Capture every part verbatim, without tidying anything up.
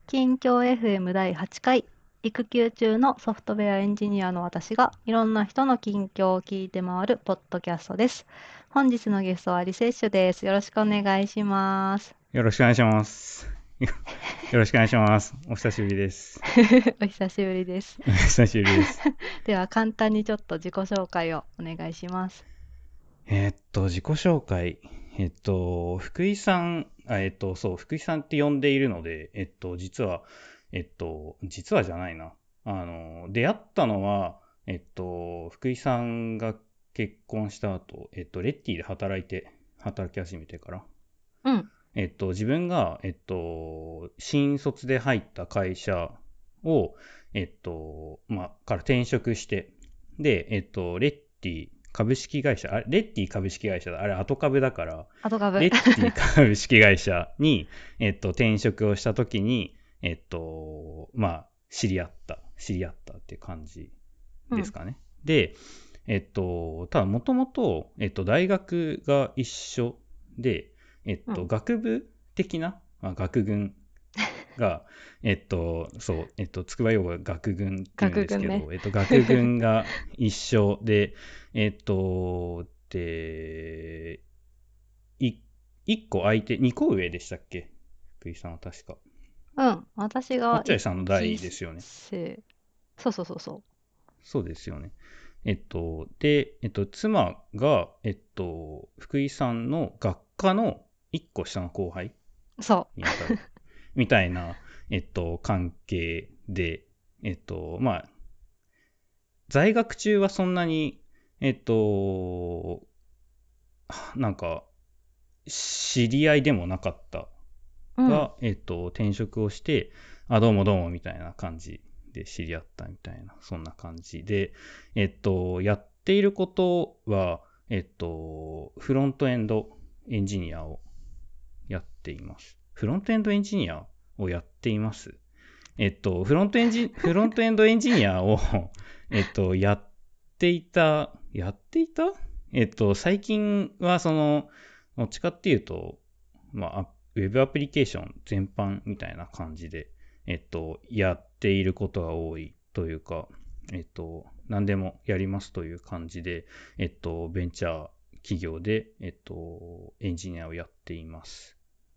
近況 エフエム だいはちかい、育休中のソフトウェアエンジニアの私がいろんな人の近況を聞いて回るポッドキャストです。本日のゲストはリセッシュです。よろしくお願いします。 よろしくお願いします。よろしくお願いします。お久しぶりです。 お久しぶりです。 お久しぶりです。 では簡単にちょっと自己紹介をお願いします。 えーっと、自己紹介。えっと、福井さん、あえっと、そう、福井さんって呼んでいるので、えっと、実は、えっと、実はじゃないな。あの、出会ったのは、えっと、福井さんが結婚した後、えっと、レッティで働いて、働き始めてから、 うん、 えっと、自分が、えっと、新卒で入った会社を、えっと、まあ、から転職して、で、えっと、レッティ株式会社、あれ、レッティ株式会社だ。あれ、後株だから、 後株。 レッティ株式会社に、えっと、転職をしたときに、えっと、まあ、知り合った、知り合ったっていう感じうん、 ですかね。で、えっと、ただ、もともと、えっと、大学が一緒で、えっと、 うん。 学部的な、まあ、学群が、えっと、そう、えっと、筑波用語が学群って言うん学群ね。 ですけど、えっと、学群が一緒で、えっと、で、い、一個相手、二個上でしたっけ、福井さんは確か。 うん、私が落合さんの一代ですよね。 世。そうそうそうそそうですよね。えっと、で、えっと、妻が、えっと、福井さんの学科の一個下の後輩う。そにあたる。みたいな、えっと、関係で、えっと、まあ、在学中はそんなに、えっと、なんか、知り合いでもなかったう。うん、 が、えっと、転職をして、あ、どうもどうもみたいな感じで知り合ったみたいな、そんな感じで、えっと、やっていることは、えっと、フロントエンドエンジニアをやっています。フロントエンドエンジニアをやっています。えっと、フロントエンジ、フロントエンドエンジニアをえっと、やっていた、やっていたえっと、最近はその、どっちかっていうと、まあ、ウェブアプリケーション全般みたいな感じで、えっと、やっていることが多いというか、えっと、何でもやりますという感じで、えっと、ベンチャー企業で、えっと、エンジニアをやっています。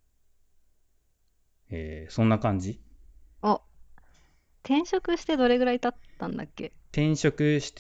えーそんな感じ。 お、転職してどれぐらい経ったんだっけ？ 転職して、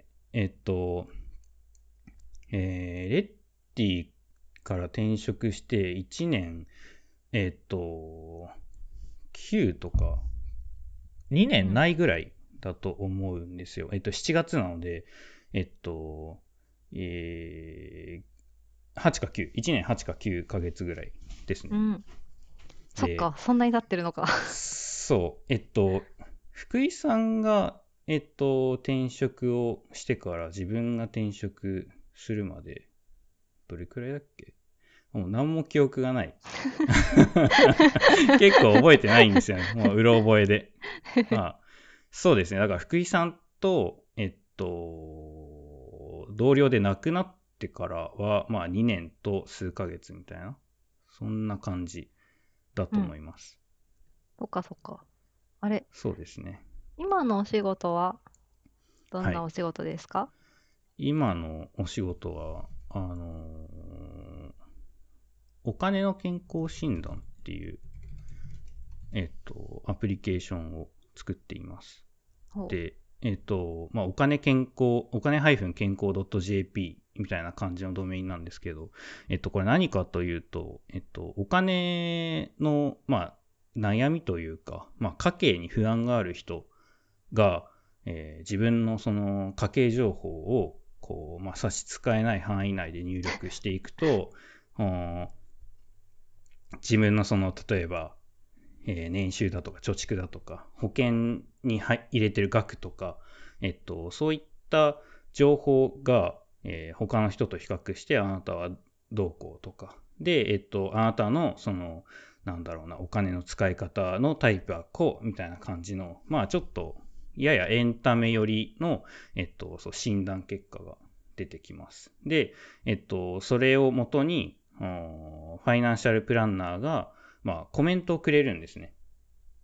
えっと、えーレッティから転職していちねん、えっと、きゅうとかにねんうん。 ないぐらいだと思うんですよ。えっと、しちがつなので、えっと、えー、はちかきゅう、いちねんはちかきゅうかげつぐらいですね。 うん。そっで、 か、そんなに経ってるのか。 そう、えっと、福井さんが、えっと、転職をしてから自分が転職するまで、どれくらいだっけ。もう何も記憶がない。結構覚えてないんですよね。もううろ覚えで。まあ、そうですね。だから福井さんと、えっと、同僚で亡くなってからは、まあにねんと数ヶ月みたいな、そんな感じだとうん。 思います。 そっかそっか。あれ、 そうですね。 今のお仕事はどんはい。 なお仕事ですか？ 今のお仕事は、あのーお金の健康診断っていう、えっと、アプリケーションを作っています。 ほで、えっと、まあ、お金健康、お金健康 .jp みたいな感じのドメインなんですけど、えっと、これ何かというと、えっと、お金の、まあ、悩みというか、まあ、家計に不安がある人が、えー自分のその家計情報を、こう、まあ、差し支えない範囲内で入力していくと、自分のその、例えば、えー年収だとか貯蓄だとか保険に入れてる額とか、えっと、そういった情報が、えー他の人と比較してあなたはどうこうとかで、えっと、あなたのそのなんだろうなお金の使い方のタイプはこうみたいな感じの、まあちょっとややエンタメ寄りの、えっと、そう診断結果が出てきます。で、えっと、それをもとにファイナンシャルプランナーがまあ、コメントをくれるんですね。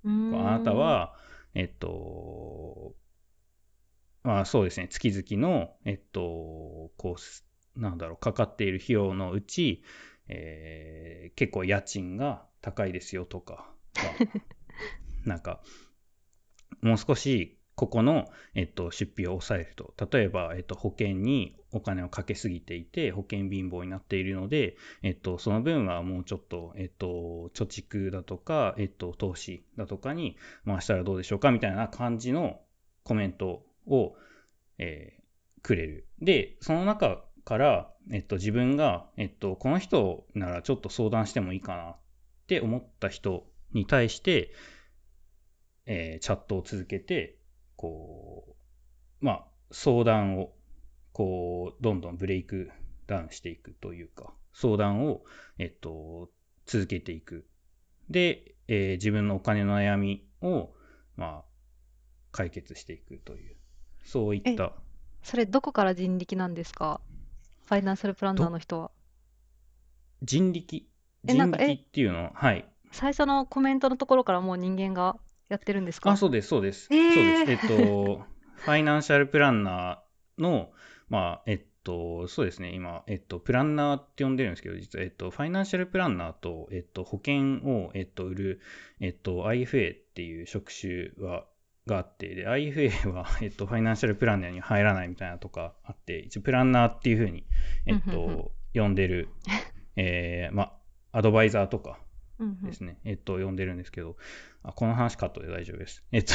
うーこうあなたん。 は、えっと、まあそうですね、月々の、えっと、こう、なんだろう、かかっている費用のうち、えー結構家賃が高いですよとかは、なんか、もう少しここの、えっと、出費を抑えると。例えば、えっと、保険にお金をかけすぎていて、保険貧乏になっているので、えっと、その分はもうちょっと、えっと、貯蓄だとか、えっと、投資だとかに回したらどうでしょうかみたいな感じのコメントを、えーくれる。で、その中から、えっと、自分が、えっと、この人ならちょっと相談してもいいかなって思った人に対して、えーチャットを続けて、こう、まあ、相談を、こう、どんどんブレイクダウンしていくというか、相談を、えっと、続けていく。で、えー自分のお金の悩みを、まあ、解決していくという、そういっえ、 た、 それどこから人力なんですか？ファイナンシャルプランナーど、 の人は。 人力、 え、なんか、 人力え、 っていうのは、はい。 最初のコメントのところからもう人間がやってるんですあ、 か？ そうです、そうです。そうです。 ええ。 えっと、ファイナンシャルプランナーの、まあ、えっと、そうですね、今、えっと、プランナーって呼んでるんですけど、実は、えっと、ファイナンシャルプランナーと、えっと、保険を、えっと、売る、えっと、アイエフエー っていう職種は、があって、で、アイエフエー は、えっと、ファイナンシャルプランナーに入らないみたいなとかあって、一応、プランナーっていうふうに、えっうんうんうん。 と、呼んでる、えー、まあ、アドバイザーとか、 うんうん。 ですね。えっと、呼んでるんですけど、あ、この話カットで大丈夫です。えっと、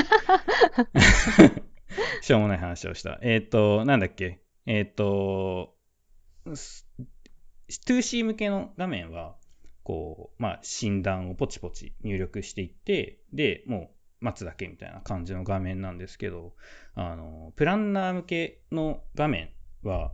しょうもない話をした。えっと、なんだっけ。えっと、ツーシー 向けの画面は、こう、まあ、診断をポチポチ入力していって、で、もう待つだけみたいな感じの画面なんですけど、あの、プランナー向けの画面は、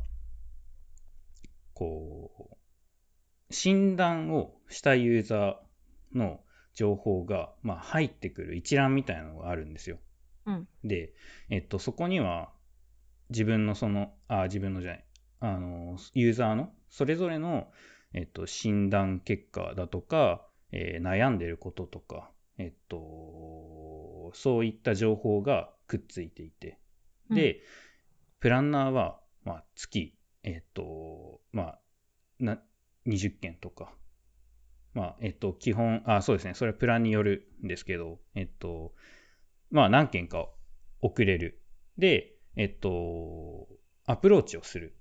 こう、診断をしたユーザーの情報が、まあ、入ってくる一覧みたいなのがあるんですよ。 うん。 で、えっと、そこには自分のその、あ、自分のじゃない、あの、ユーザーのそれぞれの、えっと、診断結果だとか、えー悩んでることとか、えっと、そういった情報がくっついていて、 うん。 で、プランナーは、まあ、月、えっと、まあ、なにじゅっけんとか、まあ、えっと、基本、あ、そうですね。それはプランによるんですけど、えっと、まあ、何件か送れる。で、えっと、アプローチをする。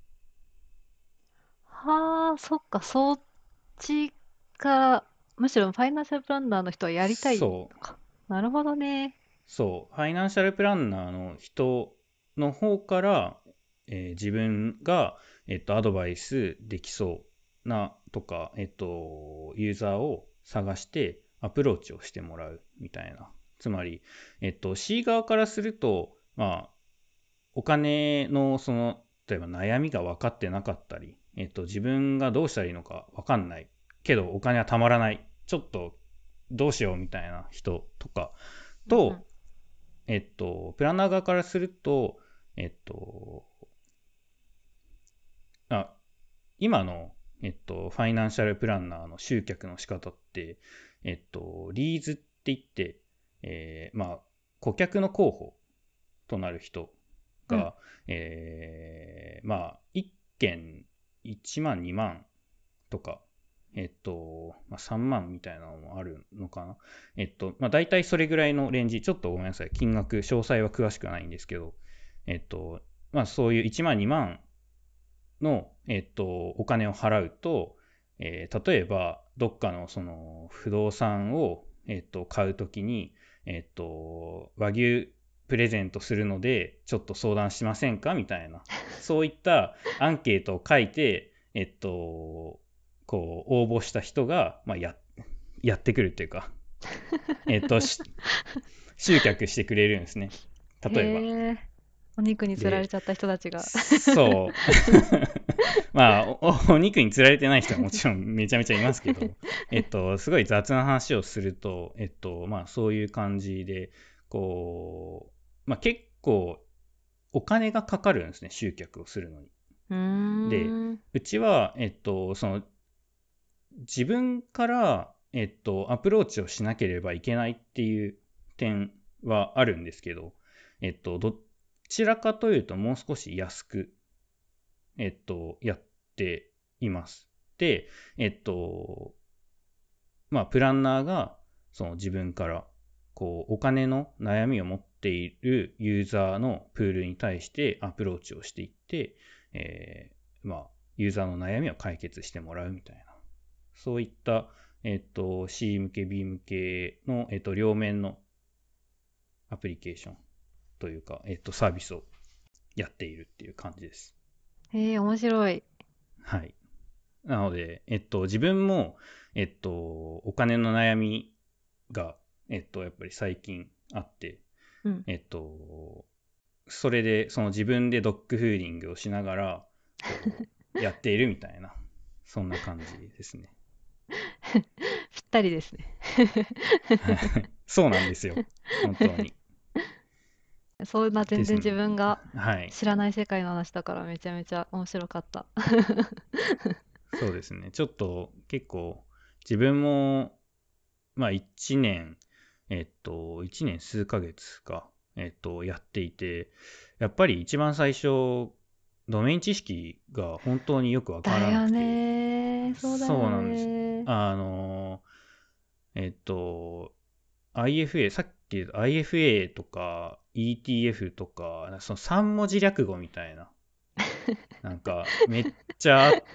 はあ、そっか、そっちか、むしろファイナンシャルプランナーの人はやりたいそう、 のか。なるほどね。 そう、ファイナンシャルプランナーの人の方から、えー自分が、えっと、アドバイスできそうなとか、えっと、ユーザーを探してアプローチをしてもらうみたいな。つまり、えっと、C 側からすると、まあ、お金のその、例えば悩みが分かってなかったり、えっと、自分がどうしたらいいのか分かんない。けどお金はたまらない。ちょっとどうしようみたいな人とかうんうん。 と、えっと、プランナー側からすると、えっと、あ、今の、えっと、ファイナンシャルプランナーの集客の仕方って、えっと、リーズって言って、えーまあ、顧客の候補となる人うん。 が、えーまあ、いっけんいちまん、にまんとか、えっと、まあ、さんまんみたいなのもあるのかな。えっと、まあ、大体それぐらいのレンジ、ちょっとごめんなさい、金額、詳細は詳しくないんですけど、えっと、まあ、そういういちまん、にまんの、えっと、お金を払うと、えー例えば、どっかのその不動産を、えっと、買うときに、えっと、和牛プレゼントするので、ちょっと相談しませんかみたいな、そういったアンケートを書いて、えっと、こう、応募した人が、まあ、や、やってくるっていうか、えっと、集客してくれるんですね。例えば。 へえ。お肉に釣られで、 ちゃった人たちが。 そう。まあお、お肉に釣られてない人はもちろんめちゃめちゃいますけど、えっと、すごい雑な話をすると、えっと、まあ、そういう感じで、こう、まあ、結構お金がかかるんですね、集客をするのに。 うーで、 ん。 うちは、えっと、その、自分から、 えっと、アプローチをしなければいけないっていう点はあるんですけど、えっと、どちらかというともう少し安く、えっと、やっています。で、えっと、まあ、プランナーが、その自分から、こう、お金の悩みを持っているユーザーのプールに対してアプローチをしていって、えー、まあ、ユーザーの悩みを解決してもらうみたいな。そういった、えっと、C 向け、B 向けの、えっと、両面のアプリケーションというか、えっと、サービスをやっているっていう感じです。 えー、面白い。 はい。なので、えっと、自分も、えっと、お金の悩みが、えっと、やっぱり最近あって、 うん。 えっと、それで、その自分でドッグフーディングをしながら、こう、やっているみたいな、そんな感じですね。 ぴったりですね。 そうなんですよ。本当に。 そんな全然ですね。 自分がはい。 知らない世界の話だからめちゃめちゃ面白かった。 そうですね。ちょっと結構自分も、まあいちねん、えっと、いちねん数ヶ月か、えっと、やっていて、やっぱり一番最初、ドメイン知識が本当によくわからなだよくて、 ねー。そうだよそうなんです。 ねー。 あの、えっと、アイエフエー、さっき言った アイエフエー とか イーティーエフ とか、そのさん文字略語みたいな、なんかめっちゃあって、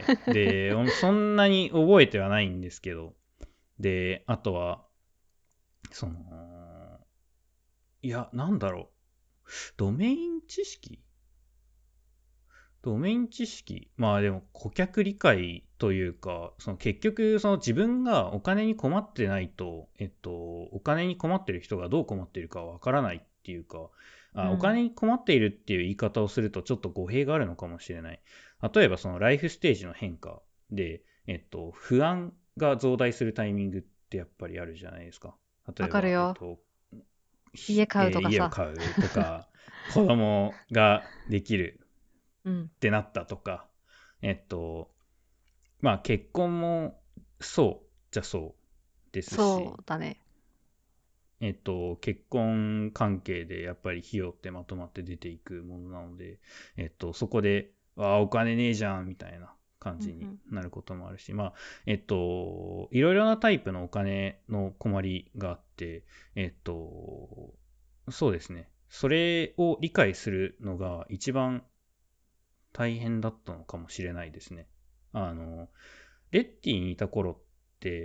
で、そんなに覚えてはないんですけど、で、あとは、その、いや、なんだろう、ドメイン知識ドメイン知識まあでも顧客理解というか、その結局その自分がお金に困ってないと、えっと、お金に困ってる人がどう困っているかわからないっていうか、あ、おうん。 金に困っているっていう言い方をするとちょっと語弊があるのかもしれない。例えばそのライフステージの変化で、えっと、不安が増大するタイミングってやっぱりあるじゃないですか。例えば、えっわかるよ。 と、ひ家買うえーとかさ。 家を買うとか、子供ができるうん。 ってなったとか、えっと、まあ結婚もそうじゃそうですし、 そうだね。 えっと、結婚関係でやっぱり費用ってまとまって出ていくものなので、えっと、そこで、ああ、お金ねえじゃんみたいな感じにうんうん。 なることもあるし、まあ、えっと、いろいろなタイプのお金の困りがあって、えっと、そうですね。それを理解するのが一番大変だったのかもしれないですね。あの、レッティにいた頃って、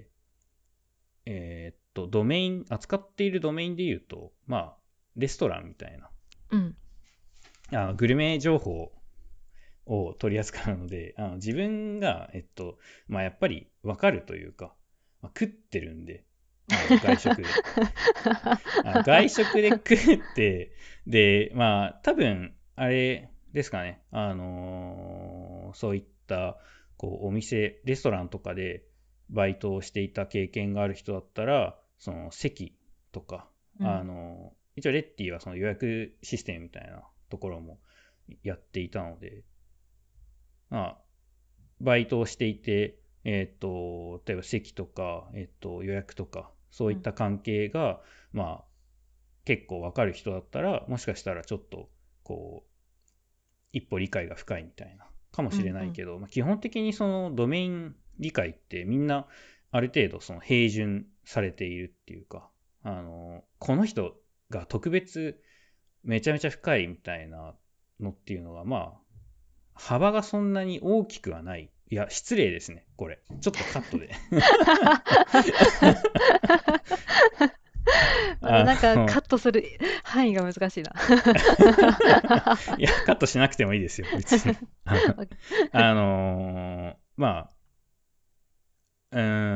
えーっと、ドメイン、扱っているドメインで言うと、まあ、レストランみたいうん。 な、あのグルメ情報を取り扱うので、あの自分が、えっと、まあ、やっぱりわかるというか、まあ、食ってるんで、あの外食で。あの外食で食って、で、まあ、多分、あれですかね、あのーそういった、こう、お店、レストランとかでバイトをしていた経験がある人だったら、その席とか、 うん。 あのー一応レッティはその予約システムみたいなところもやっていたので、まあ、バイトをしていて、えっと、例えば席とか、えっと、予約とか、そううん。 いった関係が、まあ、結構わかる人だったら、もしかしたらちょっと、こう、一歩理解が深いみたいな、かもしれうんうん。 ないけど、まあ、基本的にそのドメイン理解ってみんなある程度その平準されているっていうか、あの、この人が特別めちゃめちゃ深いみたいなのっていうのが、まあ、幅がそんなに大きくはない。いや、失礼ですね、これ。ちょっとカットで。 まだあなんかカの、 ットする範囲が難しいな。 いや、カットしなくてもいいですよ、別に。あのーまあ、うん、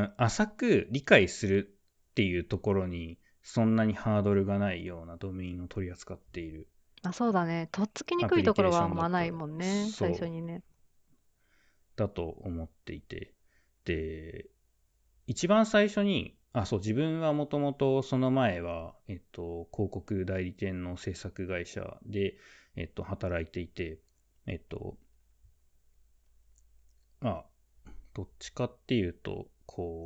浅く理解するっていうところに、そんなにハードルがないようなドメインを取り扱っているあ、そうだね。とっつきにアくいところがあプリケーショんまないンだったら、 もんね。最初そう、 にね。 だと思っていて。で、一番最初に、あ、そう、自分はもともとその前は、えっと、広告代理店の制作会社で、えっと、働いていて、えっと、まあ、どっちかっていうと、こう、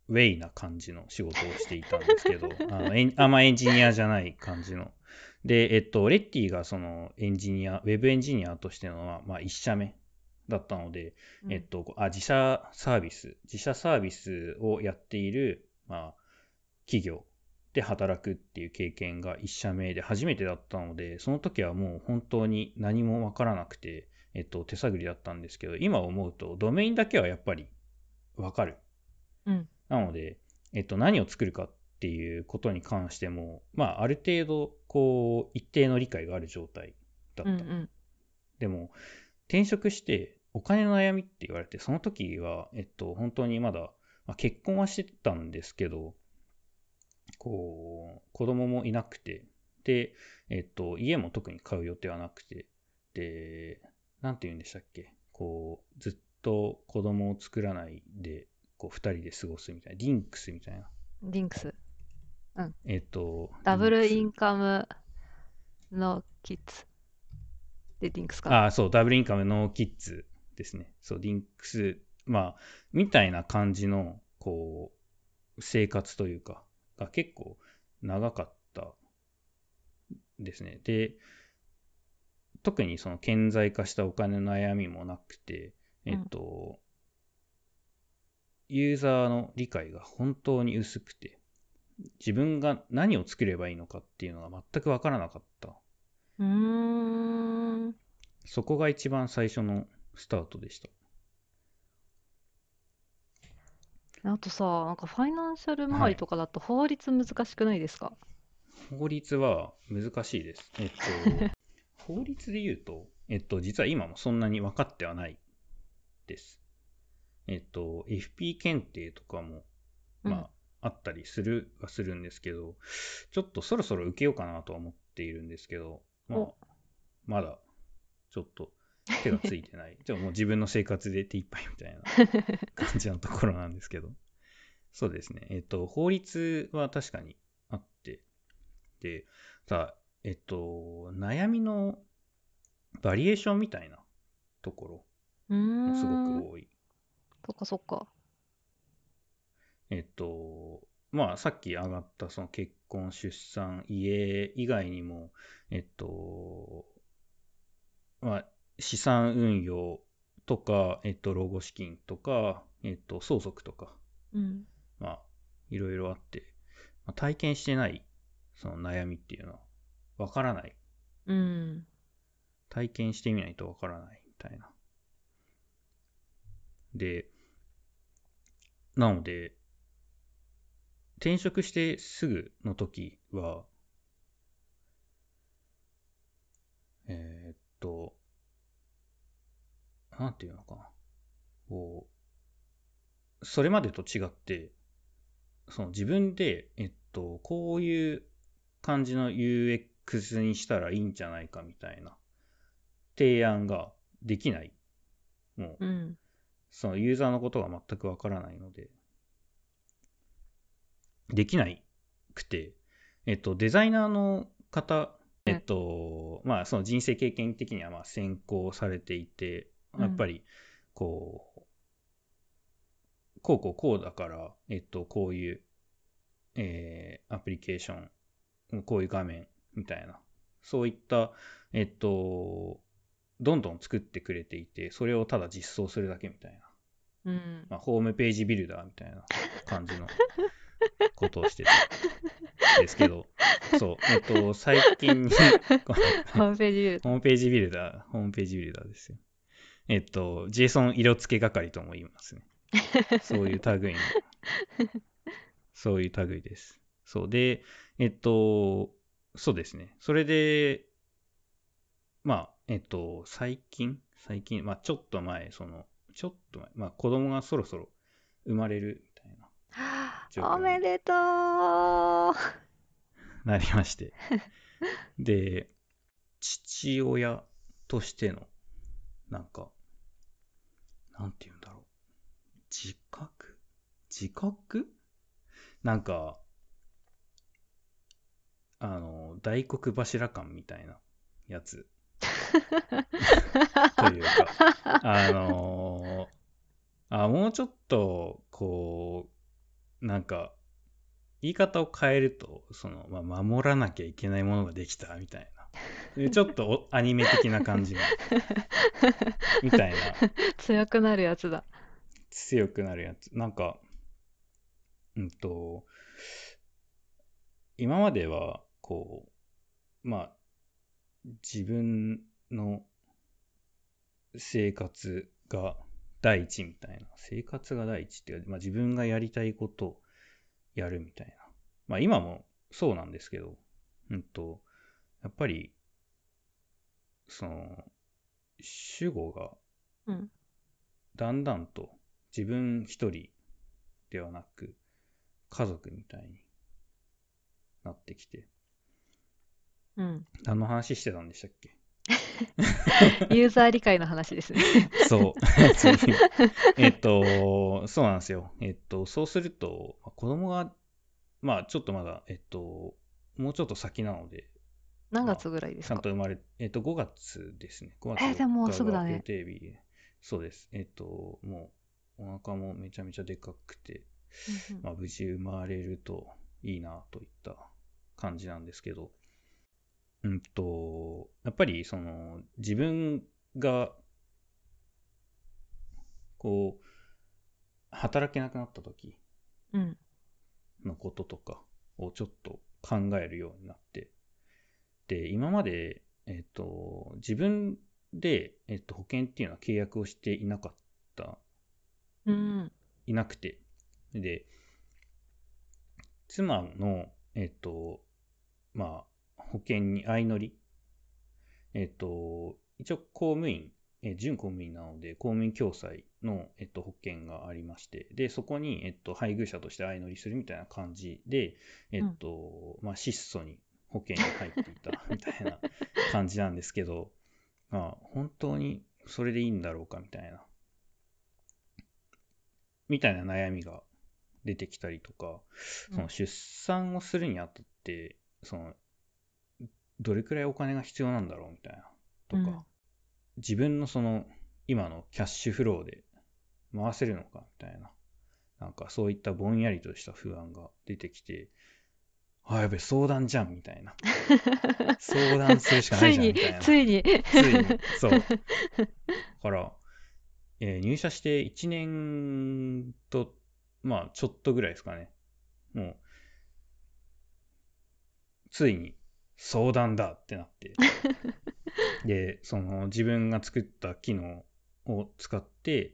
ウェイな感じの仕事をしていたんですけど、あのエンあんまエンジニアじゃない感じの。で、えっと、レッティがそのエンジニア、ウェブエンジニアとしてのは、まあ、一社目だったので、 うんえっと、あ、自社サービス、自社サービスをやっている、まあ、企業で働くっていう経験が一社目で初めてだったので、その時はもう本当に何もわからなくて、えっと、手探りだったんですけど、今思うとドメインだけはやっぱりわかる。 うんなので、えっと、何を作るかっていうことに関しても、まあ、ある程度、こう、一定の理解がある状態だった。 うんうんでも、転職してお金の悩みって言われて、その時は、えっと、本当にまだ、まあ、結婚はしてたんですけど、こう、子供もいなくて、で、えっと、家も特に買う予定はなくて、で、なんて言うんでしたっけ、こう、ずっと子供を作らないで、こう、二人で過ごすみたいな、リンクスみたいな、 リンクス。うん。 えっと、 ダリンクス。 ブルインカムのキッズでリンクスかな。 ああ、そう、ダブルインカムノーキッズですね。そう、リンクス、まあ、みたいな感じの、こう、生活というか、が結構長かったですね。で、特にその顕在化したお金の悩みもなくて、えっうんと、ユーザーの理解が本当に薄くて、自分が何を作ればいいのかっていうのが全くわからなかった。 うーん。 そこが一番最初のスタートでした。 あとさ、なんかファイナンシャル周はい。 りとかだと法律難しくないですか？ 法律は難しいです。えっと、法律で言うと、えっと、実は今もそんなに分かってはないです。えっと、エフピー 検定とかも、 うん。 まあ、あったりするはするんですけど、ちょっとそろそろ受けようかなとは思っているんですけど、まお、 あ、まだ、ちょっと手がついてない。じゃあもう自分の生活で手一杯みたいな感じのところなんですけど。そうですね。えっと、法律は確かにあって、で、さあ、えっと、悩みのバリエーションみたいなところうーもすごくん。 多い。 そっかそっか。 えっと、まあ、さっき上がったその結婚、出産、家以外にも、えっと、まあ、資産運用とか、えっと、老後資金とか、えっと、相続とか、 うん。 まあ、いろいろあって、まあ、体験してないその悩みっていうのはわからない。 うん。 体験してみないとわからないみたいな。で、なので、転職してすぐの時は、えーっと、なんていうのかな。こう、それまでと違って、その自分で、えっと、こういう感じの ユーエックス にしたらいいんじゃないかみたいな提案ができない。もう、 うん。 そのユーザーのことが全くわからないので、できないくて、えっと、デザイナーの方、えっと、まあ、その人生経験的にはまあ先行されていて、 うん。 やっぱり、こう、こうこうこうだから、えっと、こういう、えーアプリケーション、こういう画面みたいな、そういった、えっと、どんどん作ってくれていて、それをただ実装するだけみたいな、 うん。 まあ、ホームページビルダーみたいな感じのことをしてたんですけど、そう、えっと、最近にホームページビルダー。 ホームページビルダー、ホームページビルダーですよ。えっと、JSON 色付け係とも言いますね。そういう類の、そういう類です。そうで、えっと、そうですね。それで、まあ、えっと、最近、最近、まあ、ちょっと前、その、ちょっと前、まあ、子供がそろそろ生まれるみたいな状況におめでとう。 なりまして。で、父親としての、なんか、なんて言うんだろう。自覚自覚なんか、あの、大黒柱感みたいなやつというか、あのあ、もうちょっと、こう、 なんか、言い方を変えると、その、まあ、守らなきゃいけないものができたみたいな。でちょっとアニメ的な感じの、みたいな、 強くなるやつだ。 強くなるやつ。なんか、うんと、今までは、こう、まあ、自分の生活が第一みたいな。生活が第一っていうか、まあ、自分がやりたいことをやるみたいな。まあ今もそうなんですけど、うんと、やっぱり、その、主語がうん。 だんだんと自分一人ではなく家族みたいになってきて、 うん。 何の話してたんでしたっけ？ ユーザー理解の話ですね。 そう。そういう。えっと、そうなんですよ。えっと、そうすると、子供が、まあちょっとまだ、えっと、もうちょっと先なので、まあ、 何月ぐらいですちゃんか？ と生まれ、えっと、ごがつですね。ごがつ4 えー、でももう日が予すぐだね。 定日で、そうです。えっと、もう、お腹もめちゃめちゃでかくて、 うんうん。 まあ、無事生まれるといいなといった感じなんですけど、うんと、やっぱり、その、自分が、こう、働けなくなった時うん。 のこととかをちょっと考えるようになって、で、今まで、えっと、自分で、えっと、保険っていうのは契約をしていなかった、 うん。 いなくて、で、妻の、えっと、まあ、保険に相乗り、えっと、一応公務員、え準公務員なので、公務員共済の、えっと、保険がありまして、で、そこに、えっと、配偶者として相乗りするみたいな感じで、えっうん。 と、まあ、質素に保険に入っていたみたいな感じなんですけど、まあ、本当にそれでいいんだろうかみたいな、みたいな悩みが出てきたりとか、 うん。 その出産をするにあたって、その、どれくらいお金が必要なんだろうみたいな、とか、 うん。 自分のその、今のキャッシュフローで回せるのかみたいな、なんかそういったぼんやりとした不安が出てきて、あ、やべ、相談じゃんみたいな。相談するしかないじゃんついに、 みたいな。 ついに。 ついに、そう。だから、えー入社していちねんと、まあ、ちょっとぐらいですかね。もう、ついに相談だってなって。で、その自分が作った機能を使って、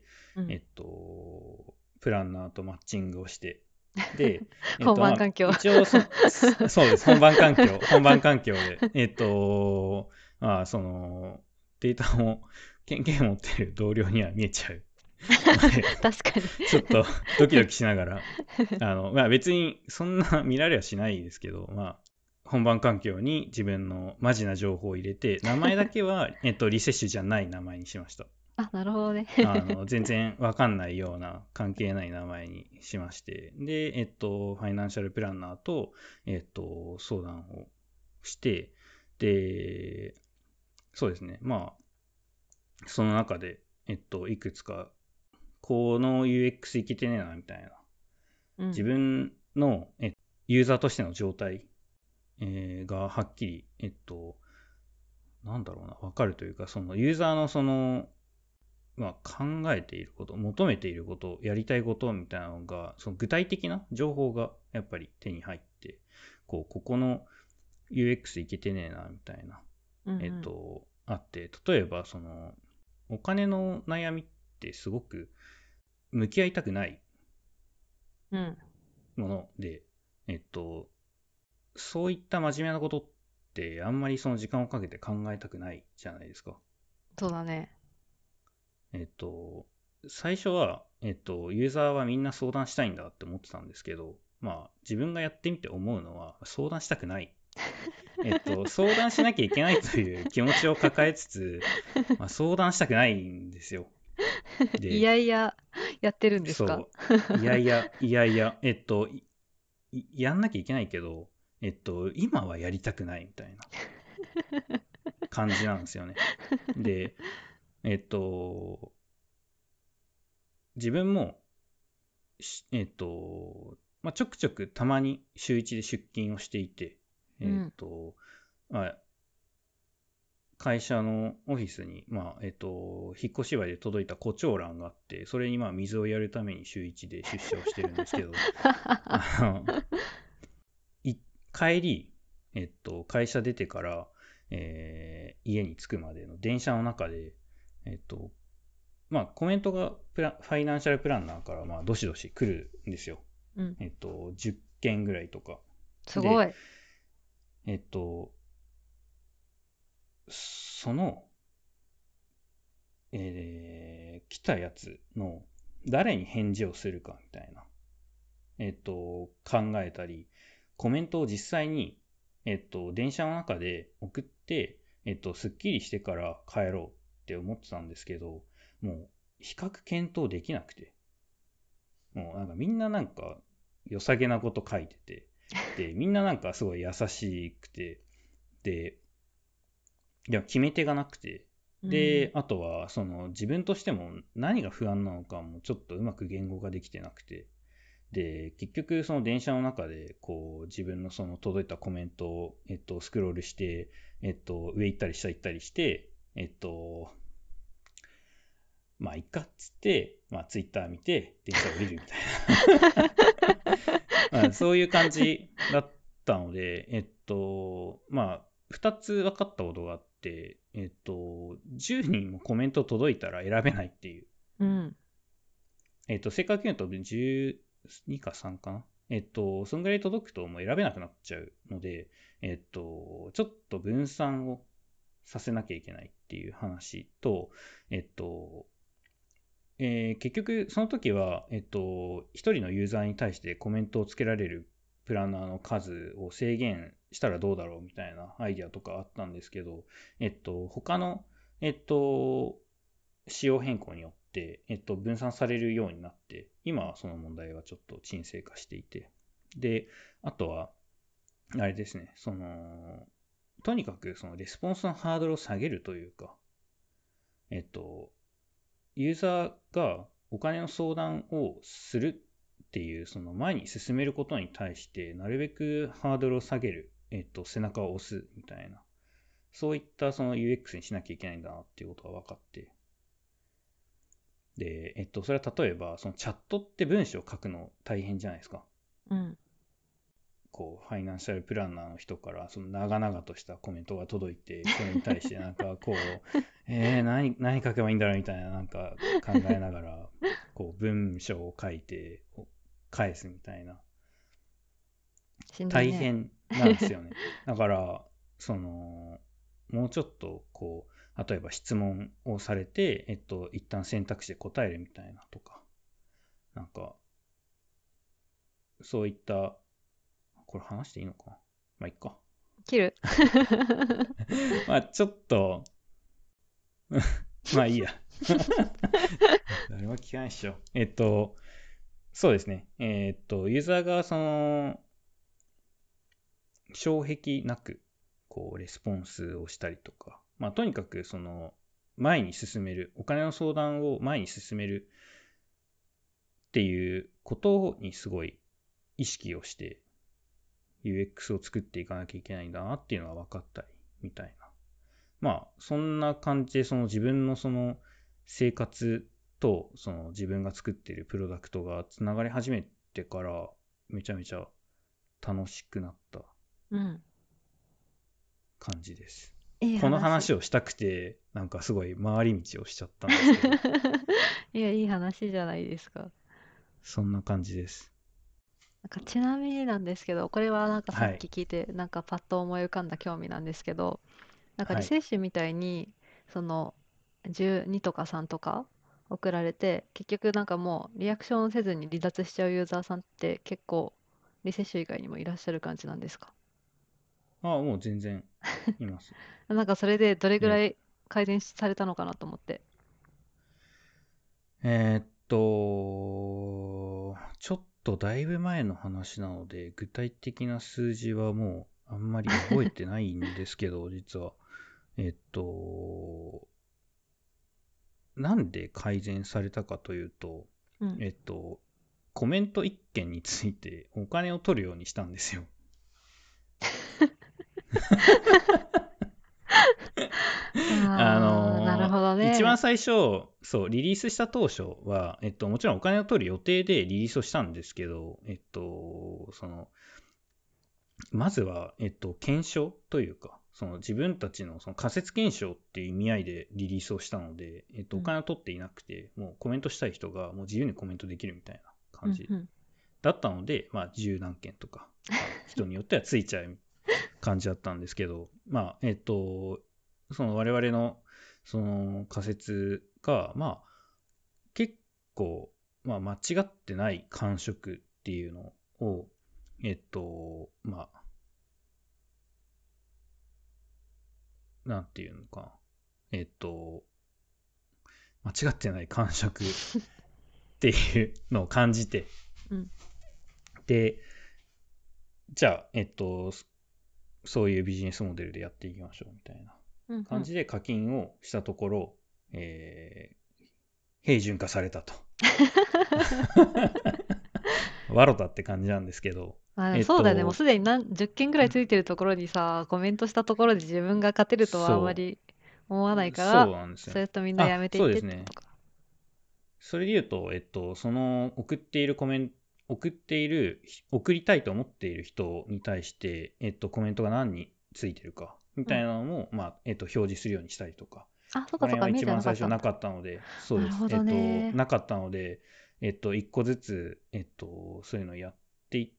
うん。 えっと、プランナーとマッチングをして、で、えっ本と、まあ、 番環境。 一応そ、そうです。本番環境、本番環境で、えっと、まあ、その、データも、権限持ってる同僚には見えちゃうので、 確かに。 ちょっとドキドキしながら、あの、まあ別にそんな見られはしないですけど、まあ、本番環境に自分のマジな情報を入れて、名前だけは、えっと、リセッシュじゃない名前にしました。 あ、なるほどね。 あの、全然わかんないような関係ない名前にしまして、で、えっと、ファイナンシャルプランナーと、えっと、相談をして、で、そうですね。まあ、その中で、えっと、いくつか、この ユーエックス いけてねえな、みたいな。自うん。 分の、えユーザーとしての状態、えーがはっきり、えっと、なんだろうな、わかるというか、そのユーザーのその、まあ、考えていること、求めていること、やりたいことみたいなのが、その具体的な情報がやっぱり手に入って、こう、ここの ユーエックス いけてねえな、みたいな、えっうんと、あって、例えば、その、お金の悩みってすごく向き合いたくないうん。うん。 もので、えっと、そういった真面目なことってあんまりその時間をかけて考えたくないじゃないですか。 そうだね。 えっと、最初は、えっと、ユーザーはみんな相談したいんだって思ってたんですけど、まあ、自分がやってみて思うのは、相談したくない。えっと、相談しなきゃいけないという気持ちを抱えつつ、まあ、相談したくないんですよ。 いで、 やいや、やってるんですか？ そう、いやいや、いやいや、えっと、やんなきゃいけないけど、えっと、今はやりたくないみたいな感じなんですよね。で、えっと、自分も、えっと、 まあ、ちょくちょくたまに週いちで出勤をしていて、えっ、と、まあ、会社のオフィスに、まあ、えっ、と、引っ越し祝いで届いた胡蝶蘭があって、それにまあ水をやるために週いちで出社をしてるんですけど、あのい帰り、えっと、会社出てから、えー家に着くまでの電車の中で、えっと、まあ、コメントがプラファイナンシャルプランナーから、まあ、どしどし来るんですよ。 うん。 えっと、じゅっけんぐらいとか。で、 すごい。 えっと、その、えー来たやつの誰に返事をするかみたいな、えっと、考えたり、コメントを実際に、えっと、電車の中で送って、えっと、すっきりしてから帰ろうって思ってたんですけど、もう、比較検討できなくて、もうなんかみんななんか良さげなこと書いてて、で、みんななんかすごい優しくて、で、いや、決め手がなくて、 うん。 で、あとは、その自分としても何が不安なのかもちょっとうまく言語化できてなくて、で、結局その電車の中で、こう、自分のその届いたコメントを、えっと、スクロールして、えっと、上行ったり下行ったりして、えっと、まあ、いっかっつって、まあ、ツイッター見て、電車降りるみたいな。まあ、そういう感じだったので、えっと、まあ、ふたつ分かったことがあって、えっと、じゅうにんもコメント届いたら選べないっていう。 うん。 えっと、正確に言うとじゅうにかさんかな。えっと、そんぐらい届くともう選べなくなっちゃうので、えっと、ちょっと分散をさせなきゃいけないっていう話と、えっと、えー結局その時は、えっと、一人のユーザーに対してコメントをつけられるプランナーの数を制限したらどうだろうみたいなアイディアとかあったんですけど、えっと、他の、えっと、仕様変更によって、えっと、分散されるようになって、今はその問題はちょっと沈静化していて、で、あとは、あれですね、その、とにかくそのレスポンスのハードルを下げるというか、えっと、ユーザーがお金の相談をするっていう、その前に進めることに対して、なるべくハードルを下げる、えっと、背中を押すみたいな、そういったその ユーエックス にしなきゃいけないんだなっていうことが分かって、で、えっと、それは例えば、そのチャットって文章を書くの大変じゃないですか。 うん。 こう、ファイナンシャルプランナーの人から、その長々としたコメントが届いて、それに対してなんかこう、えー、何、何書けばいいんだろうみたいななんか考えながら、こう、文章を書いて、返すみたいな。 しんどいね。 大変なんですよね。だから、その、もうちょっと、こう、例えば質問をされて、えっと、一旦選択肢で答えるみたいなとか、なんか、そういった、これ話していいのかな、まあ、いっか。 切る。 まあ、ちょっと、まあいいや。誰も聞かないっしょ。えっと、そうですね。えっと、ユーザーがその、障壁なく、こう、レスポンスをしたりとか、まあ、とにかく、その、前に進める、お金の相談を前に進めるっていうことにすごい意識をして、ユーエックス を作っていかなきゃいけないんだなっていうのが分かったり、みたいな。まあ、そんな感じで、その自分のその生活と、その自分が作っているプロダクトがつながり始めてから、めちゃめちゃ楽しくなったうん。 感じです。 いいこの話。 話をしたくて、なんかすごい回り道をしちゃったんですけど、 いや、いい話じゃないですか。 そんな感じです。 なんかちなみになんですけど、これはなんかさっはい。 き聞いて、なんかパッと思い浮かんだ興味なんですけど、なんかはい。 リセッシュみたいに、そのじゅうにとかさんとか送られて、結局なんかもうリアクションせずに離脱しちゃうユーザーさんって結構リセッシュ以外にもいらっしゃる感じなんですか？ ああ、もう全然います。 なんかそれでどれぐえ、 らい改善されたのかなと思って。 えーっと、ちょっとだいぶ前の話なので、具体的な数字はもうあんまり覚えてないんですけど、実は。えっと、なんで改善されたかというと、 うん。 えっと、 コメントいっけんについてお金を取るようにしたんですよ。あああ、なるのーほどね。 一番最初、そう、リリースした当初は、えっと、もちろんお金を取る予定でリリースをしたんですけど、えっと、その、まずは、えっと、検証というか、その自分たちのその仮説検証っていう意味合いでリリースをしたので、えっと、おうん、 金を取っていなくて、もうコメントしたい人がもう自由にコメントできるみたいな感じうん、うん。 だったので、まあ、十何件とか、まあ、人によってはついちゃう感じだったんですけど、まあ、えっと、その我々のその仮説が、まあ、結構、まあ、間違ってない感触っていうのを、えっと、まあ、なんていうのかな。えっと、間違ってない感触っていうのを感じて、 うん、 で、じゃあ、えっと、そういうビジネスモデルでやっていきましょうみたいなうん、うん。 感じで課金をしたところ、えー、平準化されたと。わろたって感じなんですけど、 まあでえっもそうだよね。もうと、 すでに何、じゅっけんぐらいついてるところにさ、コメントしたところで自分が勝てるとはあまそり思わないう、 から、 そうなんですよね。 それとみんなあ、 やめていっそうですね。 てってことか。 それで言うと、えっと、その送っているコメント、送っている、送りたいと思っている人に対して、えっと、コメントが何についてるか、みうん。 たいなのも、まあ、えっと、表示するようにしたりとか、 あ、そっこれはかそっか、見えて一番なかったんだ。 最初なかったので、そうです。 なるほどえっと、 ね。 なかったので、えっと、一個ずつ、えっと、そういうのをやっていって、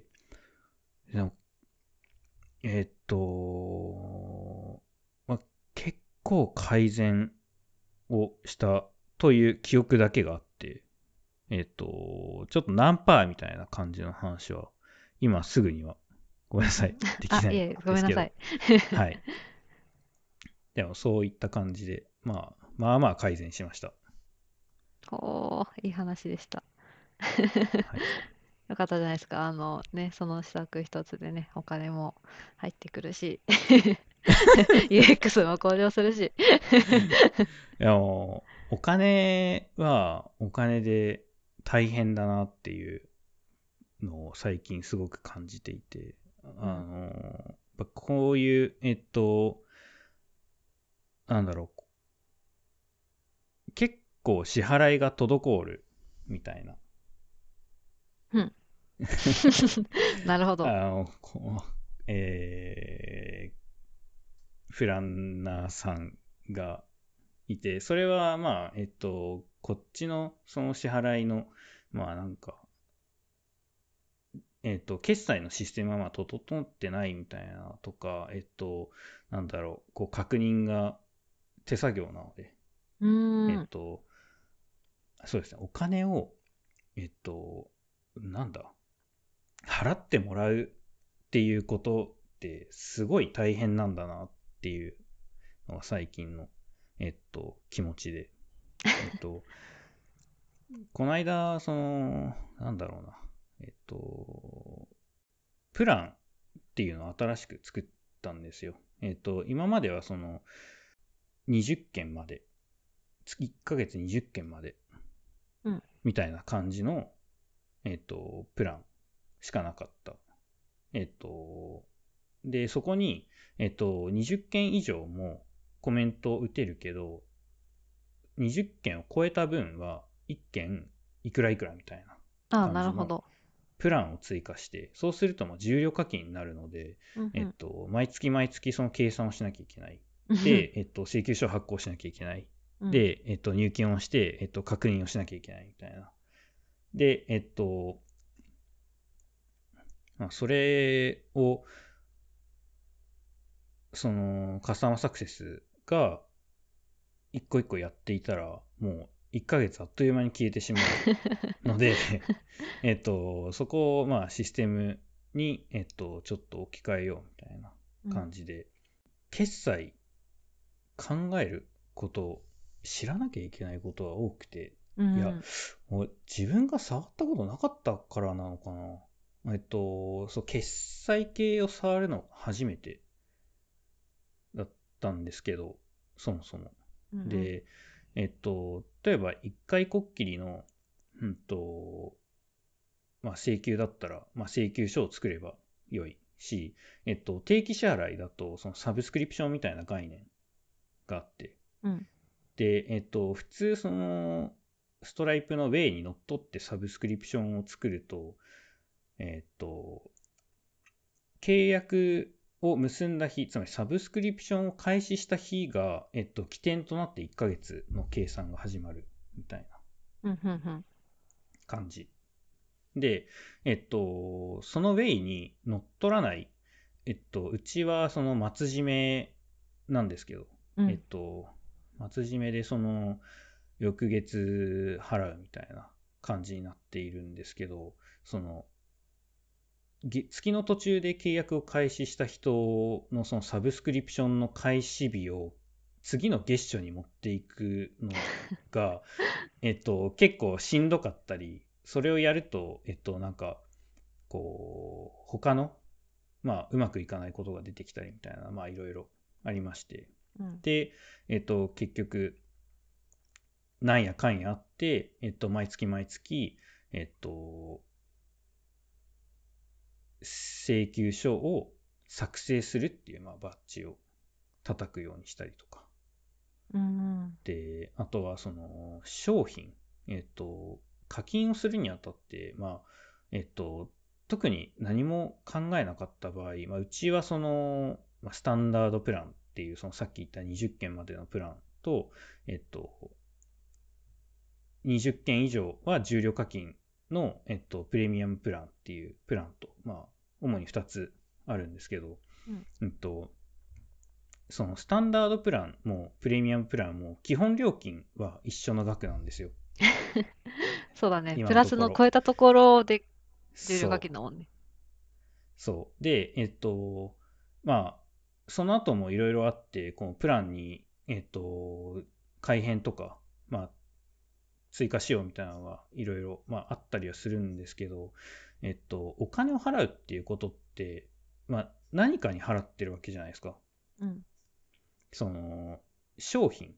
でもえっと、まあ、結構改善をしたという記憶だけがあって、えっと、ちょっと何パーみたいな感じの話は、今すぐには、ごめんなさい、できあ、 ないいえ、 ですけど、 ごめんなさい。 はい。でもそういった感じで、まあ、まあまあ改善しました。 おー、いい話でした。 はい。 よかったじゃないですか。あのね、その施策一つでね、お金も入ってくるし、ユーエックス も向上するし。 いやもう、お金はお金で大変だなっていうのを最近すごく感じていて、 うん。 あの、こういう、えっと、なんだろう、結構支払いが滞るみたいな。 うん。なるほあど。 の、こう、えー、フランナーさんがいて、それはまあ、えっと、こっちのその支払いの、まあなんか、えっと、決済のシステムはまあ整ってないみたいなとか、えっと、なんだろう、こう確認が手作業なので、 うーん。 えっと、そうですね、お金を、えっと、なんだ、払ってもらうっていうことってすごい大変なんだなっていうのが最近の、えっと、気持ちで、えっと、この間、その、なんだろうな、えっと、プランっていうのを新しく作ったんですよ。えっと、今まではその、にじゅっけんまで、月いっかげつにじゅっけんまで、 うん。 みたいな感じの、えっと、プランしかなかった。えっと、で、そこに、えっと、にじゅっけん以上もコメントを打てるけど、にじゅっけんを超えた分はいっけんいくらいくらみたいなあ、 感じのなるほど。 プランを追加して、そうするともう重量課金になるので、 うんうん。 えっと、毎月毎月その計算をしなきゃいけない。 うんで、えっと、請求書を発行しなきゃいけない。 うん。 で、えっと、入金をして、えっと、確認をしなきゃいけないみたいな。で、えっと、まあ、それを、その、カスタマーサクセスが一個一個やっていたら、もういっかげつあっという間に消えてしまうのでえっと、そこをまあシステムに、えっと、ちょっと置き換えようみたいなうん。 感じで、決済考えることを知らなきゃいけないことが多くて、いや、 うん。 もう自分が触ったことなかったからなのかな。えっと、そう、決済系を触るの初めてだったんですけど、そもそも。 うんうん。 で、えっと、例えば一回こっきりの、うんと、 まあ、請求だったら、まあ、請求書を作ればよいし、えっと、定期支払いだとそのサブスクリプションみたいな概念があって、 うん。 で、えっと、普通そのストライプの Way にのっとってサブスクリプションを作ると、えっと、契約を結んだ日、つまりサブスクリプションを開始した日が、えっと、起点となっていっかげつの計算が始まるみたいなうん。うん。 感じ。で、えっと、そのウェイに乗っ取らない、えっと、うちはその末締めなんですけど、えっうん。 と、末締めでその翌月払うみたいな感じになっているんですけど、その月の途中で契約を開始した人のそのサブスクリプションの開始日を次の月初に持っていくのが、えっと、結構しんどかったり、それをやると、えっと、なんか、こう、他の、まあ、うまくいかないことが出てきたりみたいな、まあ、いろいろありまして。 うん。 で、えっと、結局、なんやかんやあって、えっと、毎月毎月、えっと、請求書を作成するっていう、まあ、バッジを叩くようにしたりとか。 うん。 で、あとはその商品、えっと、課金をするにあたって、まあ、えっと、特に何も考えなかった場合、まあ、うちはその、まあ、スタンダードプランっていう、そのさっき言ったにじゅっけんまでのプランと、えっと、にじゅっけん以上は重量課金の、えっと、プレミアムプランっていうプランと、まあ、主にふたつあるんですけど、 うん。 えっと、そのスタンダードプランもプレミアムプランも基本料金は一緒の額なんですよ。 そうだね。プラス今のところ。 の超えたところで重量課金そう。 だもんね。 そう。で、えっと、まあ、その後もいろいろあって、このプランに、えっと、改変とか、まあ、追加しようみたいなのがいろいろ、まあ、あったりはするんですけど、えっと、お金を払うっていうことって、まあ、何かに払ってるわけじゃないですか。 うん。 その、商品。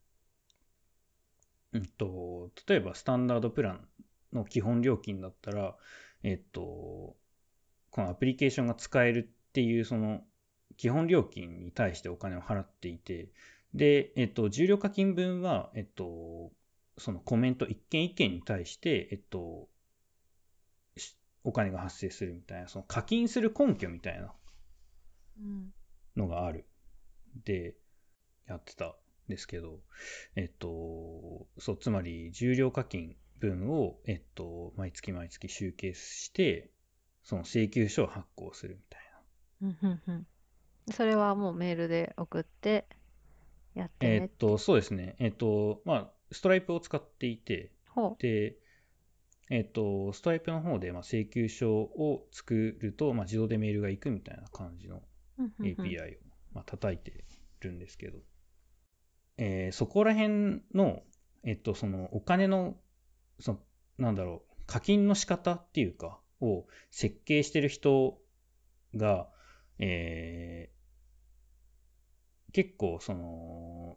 うんと、例えばスタンダードプランの基本料金だったら、えっと、このアプリケーションが使えるっていうその基本料金に対してお金を払っていて、で、えっと、重量課金分は、えっと、そのコメント一件一件に対して、えっと、お金が発生するみたいな、その課金する根拠みたいなうん。 のがある。で、やってたんですけど、えっと、そう、つまり重量課金分を、えっと、毎月毎月集計して、その請求書を発行するみたいうん。うん。うん。それはもうメールで送ってやっな。 てねって。 えっと、そうですね。えっと、まあ、ストライプを使っていて、 ほで、えっと、ストライプの方で、まあ、請求書を作ると、まあ、自動でメールが行くみたいな感じのう。うん。うん。うん。 エーピーアイ を、まあ、叩いてるんですけど、えーそこら辺の、えっと、そのお金の、その、なんだろう、課金の仕方っていうか、を設計してる人が、えー結構、その、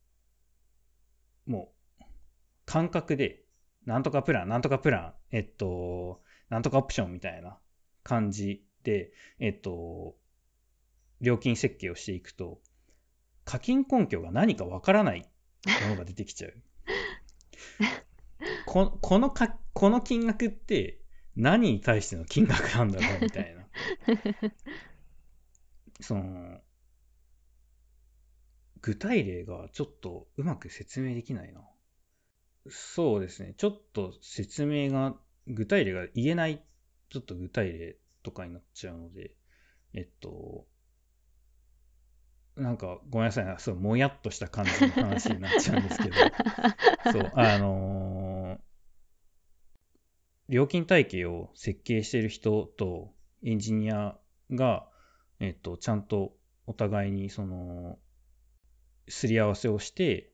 もう、感覚で、なんとかプラン、なんとかプラン、えっと、なんとかオプションみたいな感じで、えっと、料金設計をしていくと、課金根拠が何かわからないものが出てきちゃう。ここのかこの金額って何に対しての金額なんだろうみたいな。その、具体例がちょっとうまく説明できないな。そうですね。ちょっと説明が、具体例が言えない、ちょっと具体例とかになっちゃうので、えっと、なんかごめんなさいな、そう、もやっとした感じの話になっちゃうんですけど、そう、あのー料金体系を設計している人とエンジニアが、えっと、ちゃんとお互いにその、すり合わせをして、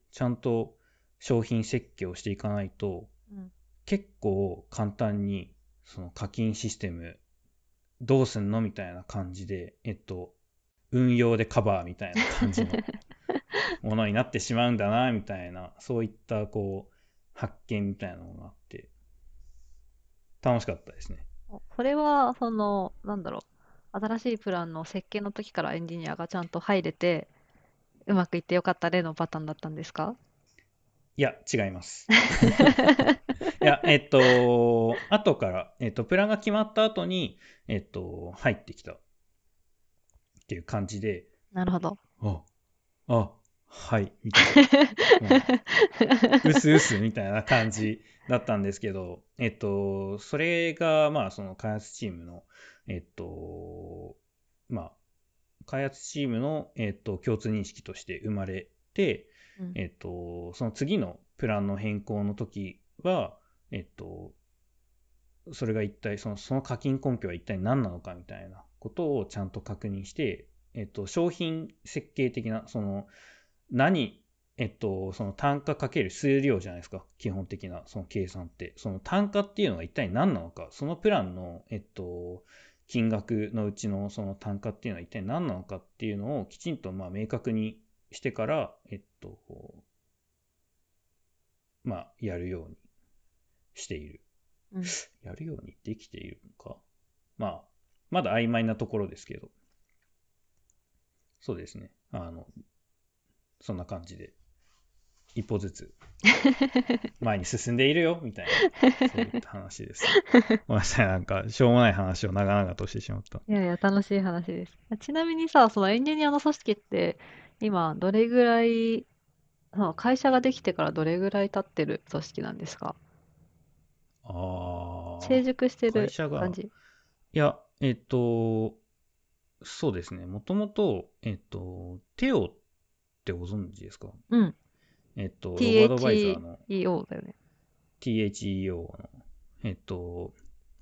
ちゃんと商品設計をしていかないと、 うん。 結構簡単に、その課金システムどうすんのみたいな感じで、えっと、運用でカバーみたいな感じのものになってしまうんだな、みたいな、そういったこう、発見みたいなのがあって、 楽しかったですね。 おそれは、その、なんだろう、新しいプランの設計の時からエンジニアがちゃんと入れて、うまくいってよかった例のパターンだったんですか？ いや、違います。いや、えっと、後から、えっと、プランが決まった後に、えっと、入ってきたっていう感じで、 なるほど。 あ、あ、はい、みたいな。もう、うすうすみたいな感じだったんですけど、えっと、それが、まあ、その開発チームの、えっと、まあ、開発チームの、えっと、共通認識として生まれて、 うん。 えっと、その次のプランの変更の時は、えっと、それが一体、その、その課金根拠は一体何なのかみたいなことをちゃんと確認して、えっと、商品設計的な、その、何、えっと、その単価かける数量じゃないですか。基本的な、その計算って。その単価っていうのが一体何なのか。そのプランの、えっと、金額のうちのその単価っていうのは一体何なのかっていうのをきちんとまあ明確にしてから、えっと、まあ、やるようにしている。 うん。 やるようにできているのか。まあ、まだ曖昧なところですけど、そうですね。あの、そんな感じで、一歩ずつ前に進んでいるよ、みたいな、そういった話です。ごめんなさい、なんか、しょうもない話を長々としてしまった。 いやいや、楽しい話です。ちなみにさ、そのエンジニアの組織って、今、どれぐらい、その会社ができてからどれぐらい経ってる組織なんですか？成あー、 熟してる会社が、 感じ？ いや、えっと、そうですね。もともと、えっと、テオってご存知ですか？ うん。 えっと、ロボアドバイザーのティーエイチイーオー だよね。 ティーエイチイーオー の、えっと、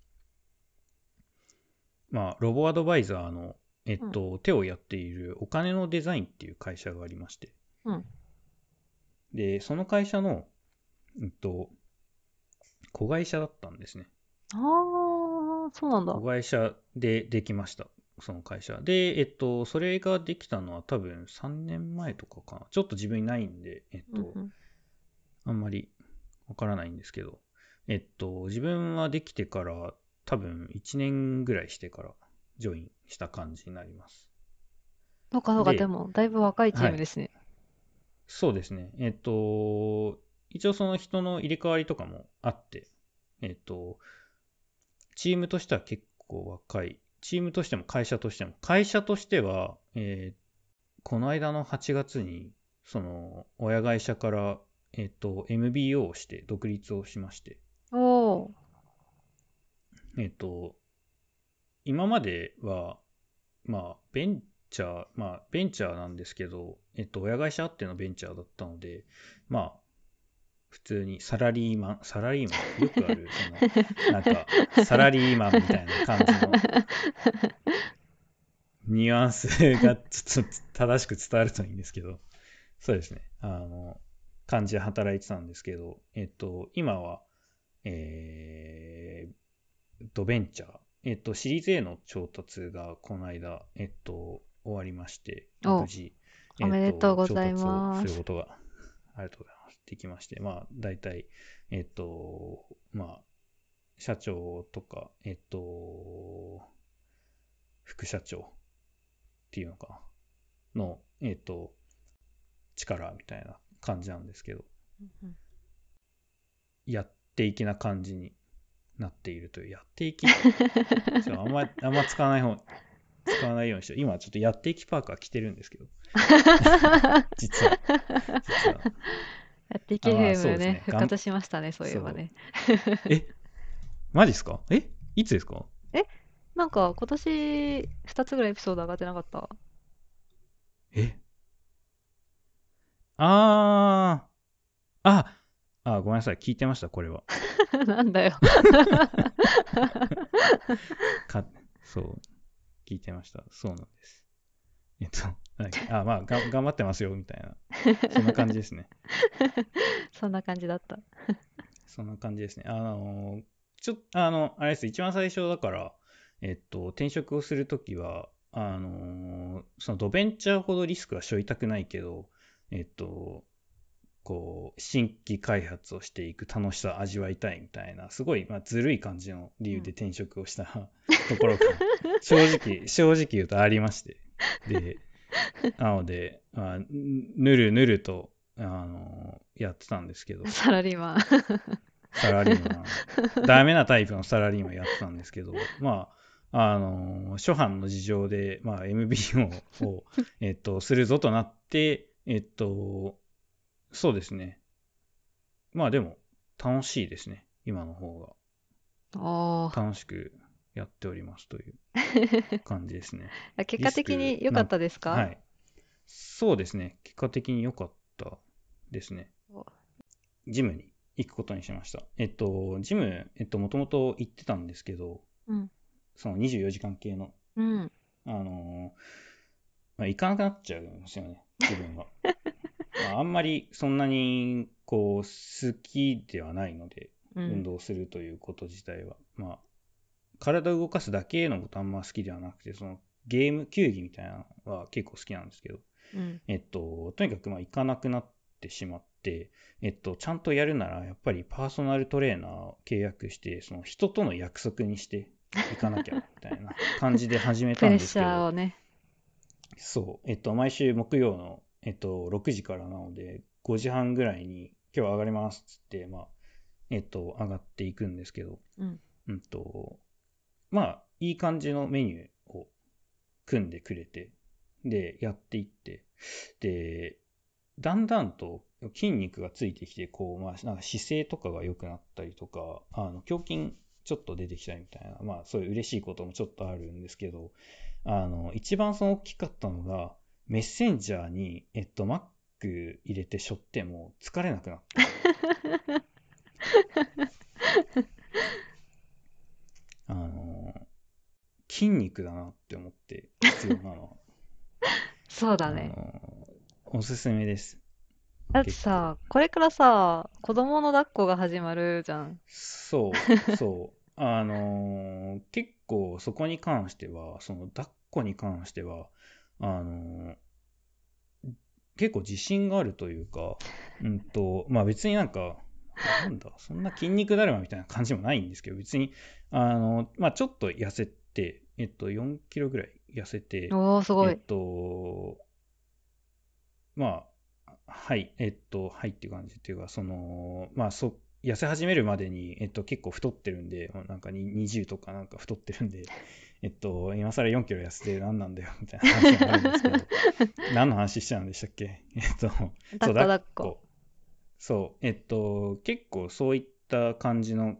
まあ、ロボアドバイザーの、えっうん。 と、手をやっているお金のデザインっていう会社がありまして、 うん。 で、その会社の、えっと、子会社だったんですね。 ああ、そうなんだ。 子会社でできました。その会社。で、えっと、それができたのは多分さんねんまえとかかな。ちょっと自分にないんで、えっと、 うんうん。 あんまりわからないんですけど、えっと、自分はできてから多分いちねんぐらいしてからジョインした感じになります。 そうかそうか、でで、 も、だいぶ若いチはい。 ームですね。 そうですね。えっと、一応その人の入れ替わりとかもあって、えっと、チームとしては結構若い。チームとしても会社としても。会社としては、えーこの間のはちがつに、その、親会社から、えっと、エムビーオー をして独立をしまして、 おお。 えっと、今までは、まあ、ベンチャー、まあ、ベンチャーなんですけど、えっと、親会社あってのベンチャーだったので、まあ、普通にサラリーマン、サラリーマン、よくある、その、なんか、サラリーマンみたいな感じのニュアンスがちょっと正しく伝わるといいんですけど、そうですね。あの、感じで働いてたんですけど、えっと、今は、えー、ドベンチャー、えっと、シリーズ A の調達がこの間、えっと、終わりまして、まあ、 お、 無事、 おめでとうえっと、調ござい達をます。 することが、ありがとうございます。できまして、まあ、大体、えっと、まあ、社長とか、えっと、副社長っていうのかな、の、えっと、力みたいな感じなんですけど、 うんやっていきな感じになっているという、やっていきちょあんま、あんま使わない方、使わないようにして、今ちょっとやっていきパーカー着てるんですけど、実は、実は。 やっていあ、 けフまあェームね、 そうですね。がん、 復活しましたね、そういえそう。 ばね。 え、マジっすか？えいつですか？ え、なんか今年ふたつぐらいエピソード上がってなかった？ えあー、あ、あ、ごめんなさい。聞いてました、これは。 なんだよ。 か、そう、聞いてました。そうなんです。えっと、なんだっけあ、まあが、頑張ってますよ、みたいな。そんな感じですね。 そんな感じだった。 そんな感じですね。あの、ちょっと、あの、あれです。一番最初だから、えっと、転職をするときは、あの、そのドベンチャーほどリスクは背負いたくないけど、えっと、 こう新規開発をしていく楽しさを味わいたいみたいなすごい、まあ、ずるい感じの理由で転職をしたところが正直正直言うとありまして、でなので、まあ、ぬるぬるとあのやってたんですけど、 サラリーマン。 サラリーマンダメなタイプのサラリーマンやってたんですけど、まああの諸般の事情で、まあ、エムビーオー を、えっと、するぞとなって、えっとそうですね。まあでも楽しいですね。今の方おー。 が楽しくやっておりますという感じですね。 結果リス的に良かっクなんたですか？ はい。そうですね。結果的に良かったですね。ジムに行くことにしました。えっと、ジム、えっと、もともと行ってたんですけど、 うん。 そのにじゅうよじかん系の、 うん。 あのまあ、行かなくなっちゃうんですよね、自分が。まあ、あんまりそんなにこう好きではないので、 うん。 運動するということ自体は、まあ、体を動かすだけのことあんま好きではなくて、そのゲーム、球技みたいなのは結構好きなんですけど、 うん。 えっと、とにかくまあ行かなくなってしまって、えっと、ちゃんとやるなら、やっぱりパーソナルトレーナーを契約して、その人との約束にして行かなきゃ、みたいな感じで始めたプレッシんですけど、 ャーをね。 そう、えっと、毎週木曜の、えっと、ろくじからなので、ごじはんぐらいに、今日上がりますっつって、まあ、えっと、上がっていくんですけど、 うん。 うんと、まあ、いい感じのメニューを組んでくれて、で、やっていって、で、だんだんと筋肉がついてきて、こう、まあ、なんか姿勢とかが良くなったりとか、あの、胸筋ちょっと出てきたりみたいな、まあ、そういう嬉しいこともちょっとあるんですけど、あの、一番その大きかったのが、メッセンジャーに、えっと、Mac 入れて背負っても疲れなくなった。あの、筋肉だなって思って必要なのは、あそうだね。 の、おすすめです。 だって結構。 さ、これからさ、子供の抱っこが始まるじゃん。 そう、そう。あのー結構そこに関しては、その抱っこに関しては、あのー結構自信があるというか、うんと、まあ別になんか、なんだ、そんな筋肉だるまみたいな感じもないんですけど、別に、あの、まあちょっと痩せて、えっと、よんキロぐらい痩せて、 おー、すごえっい。 と、まあ、はい、えっと、はいっていう感じっていうか、その、まあ、そ、痩せ始めるまでに、えっと、結構太ってるんで、なんかににじゅうとかなんか太ってるんで、えっと、今更よんキロ痩せて何なんだよ、みたいな話もあるんですけど、何の話しちゃうんでしたっけ？えっと、そう、 抱っこ抱っ抱っこ。 こ。そう、えっと、結構そういった感じの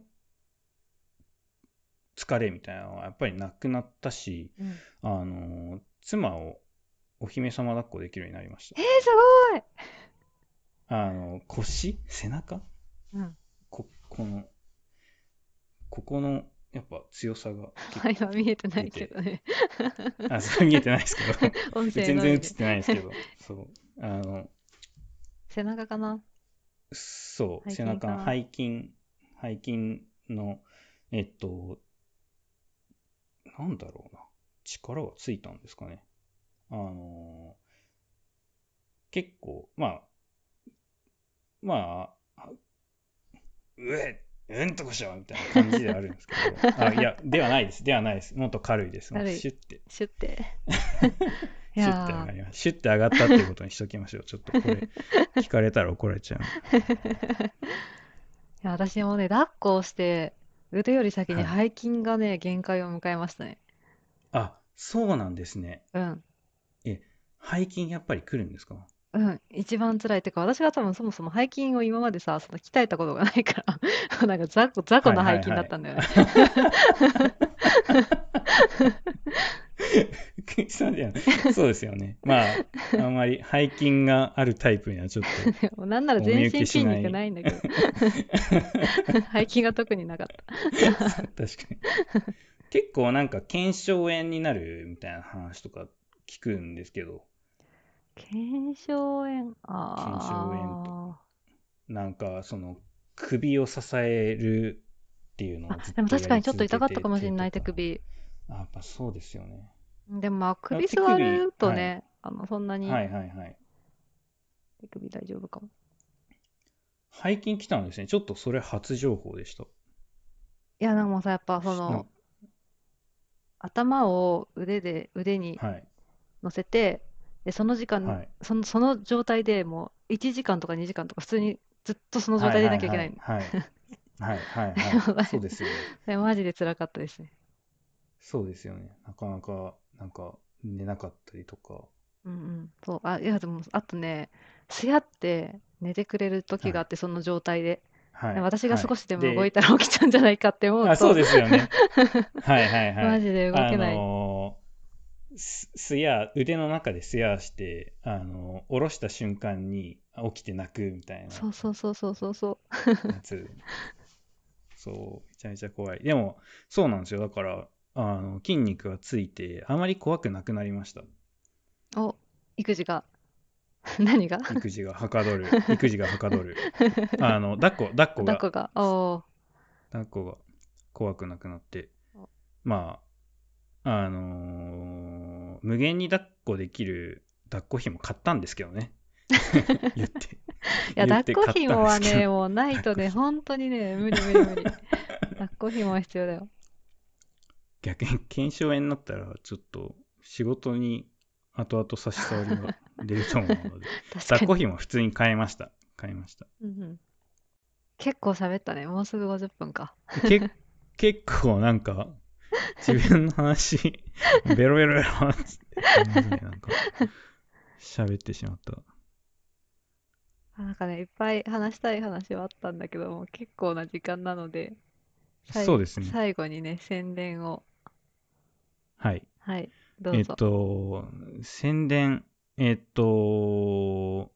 疲れみたいなのはやっぱりなくなったし、 うん。 あの、妻をお姫様抱っこできるようになりました。 えー、すごい。 あの、腰背中うん。 こ、この、ここの、やっぱ強さが結構今見えてないけ出て、 どね。 あ、それ見えてないですけど、 音声のみで。 全然映ってないですけど、そう、あの、 背中かな？ そう、 背背中の筋かな？ 背筋、背筋の、えっと、なんだろうな、力がついたんですかね。あの、結構、まあ、まあ、うえ、うんとこしょみたいな感じではあるんですけど、あ、いや、ではないです。ではないです。もっと軽いです。もう軽い。 シュッて、 シュッて。いシュッて上やがります。シュッて上がったっていうことにしときましょう。ちょっとこれ、聞かれたら怒られちゃうんで。 ー。いや、私もね、抱っこをして、腕より先にはい。 背筋がね、限界を迎えましたね。 あ、そうなんですね。 うん。 え、背筋やっぱり来るんですか？ うん。一番辛い。ってか、私が多分そもそも背筋を今までさ、その鍛えたことがないから、なんか雑魚、雑魚はいな背筋はいはい。 だったんだよね。 福井さんじゃん。そうですよね。まあ、あんまり背筋があるタイプにはちょっともうなんなら全お見受け身筋肉しない。 ないんだけど、背筋が特になかった。 確かに。結構なんか腱鞘炎になるみたいな話とか聞くんですけど、 腱鞘炎、 腱鞘炎とか。 あなんかその首を支えるっていうのあ。あ、 をずっでもとやり確かにちょっと続けて痛かったかもしれない、手てとか。 首。 あ、やっぱそうですよね。 でもまあ、 あ、 首手首、 座るとはい。 ね、あの、そんなにはいはいはい。 手首大丈夫かも。 背筋来たんですね。ちょっとそれ初情報でした。 いや、でもさ、やっぱそしなの、頭を腕で、腕にはい。 乗せて、で、その時間、 はい。 その、その状態でもういちじかんとかにじかんとか普通にずっとその状態でいはいはいなきゃいけないの。 はいはい。はいはいはい。そうですよね。 でマジで辛かったですね。 そうですよね。なかなか、なんか、寝なかったりとか。 うんうん。そう。あ、いや、でも、あとね、すやって寝てくれる時はい。 があって、その状態で。ではい。 私が少はい。 しでも動いで、 たら起きちゃうんじゃないかって思うあ、そうとですよね。はいはいはい。 マジで動あけない。 のーす、すや、腕の中ですやして、あのー下ろした瞬間に起きて泣くみたいなそうそうそうそうそうそやつ。そう、めちゃめちゃ怖い。でも、そうなんですよ。だから、あの、筋肉がついて、あまり怖くなくなりました。 う。お、育児が。何が育児がはかどる。育児がはかどる。あの、抱っこ、抱っこが、 抱っこが。おー。 抱っこが怖くなくなって。まあ、あのー無限に抱っこできる抱っこ紐買ったんですけどね。言って、 いや、 言っ抱っこて買ったんですけど、 紐はね、もうないとね、 抱っこ紐。 本当にね、無理無理無理。抱っこ紐は必要だよ。 逆に腱鞘炎になったら、ちょっと仕事に後々差し障りが出ると思うので、抱っこ確かに。 紐は普通に買いました。買いました。 うんうん。結構喋ったね。もうすぐごじゅっぷんか。 け結構なんか、自分の話、ベロベロベロっつって、すみません、なんか、喋ってしまった。 あなんかね、いっぱい話したい話はあったんだけども、結構な時間なので、最そうですね。 最後にね、宣伝を。 はい。 はい、どうえっぞ。 と、宣伝、えっと、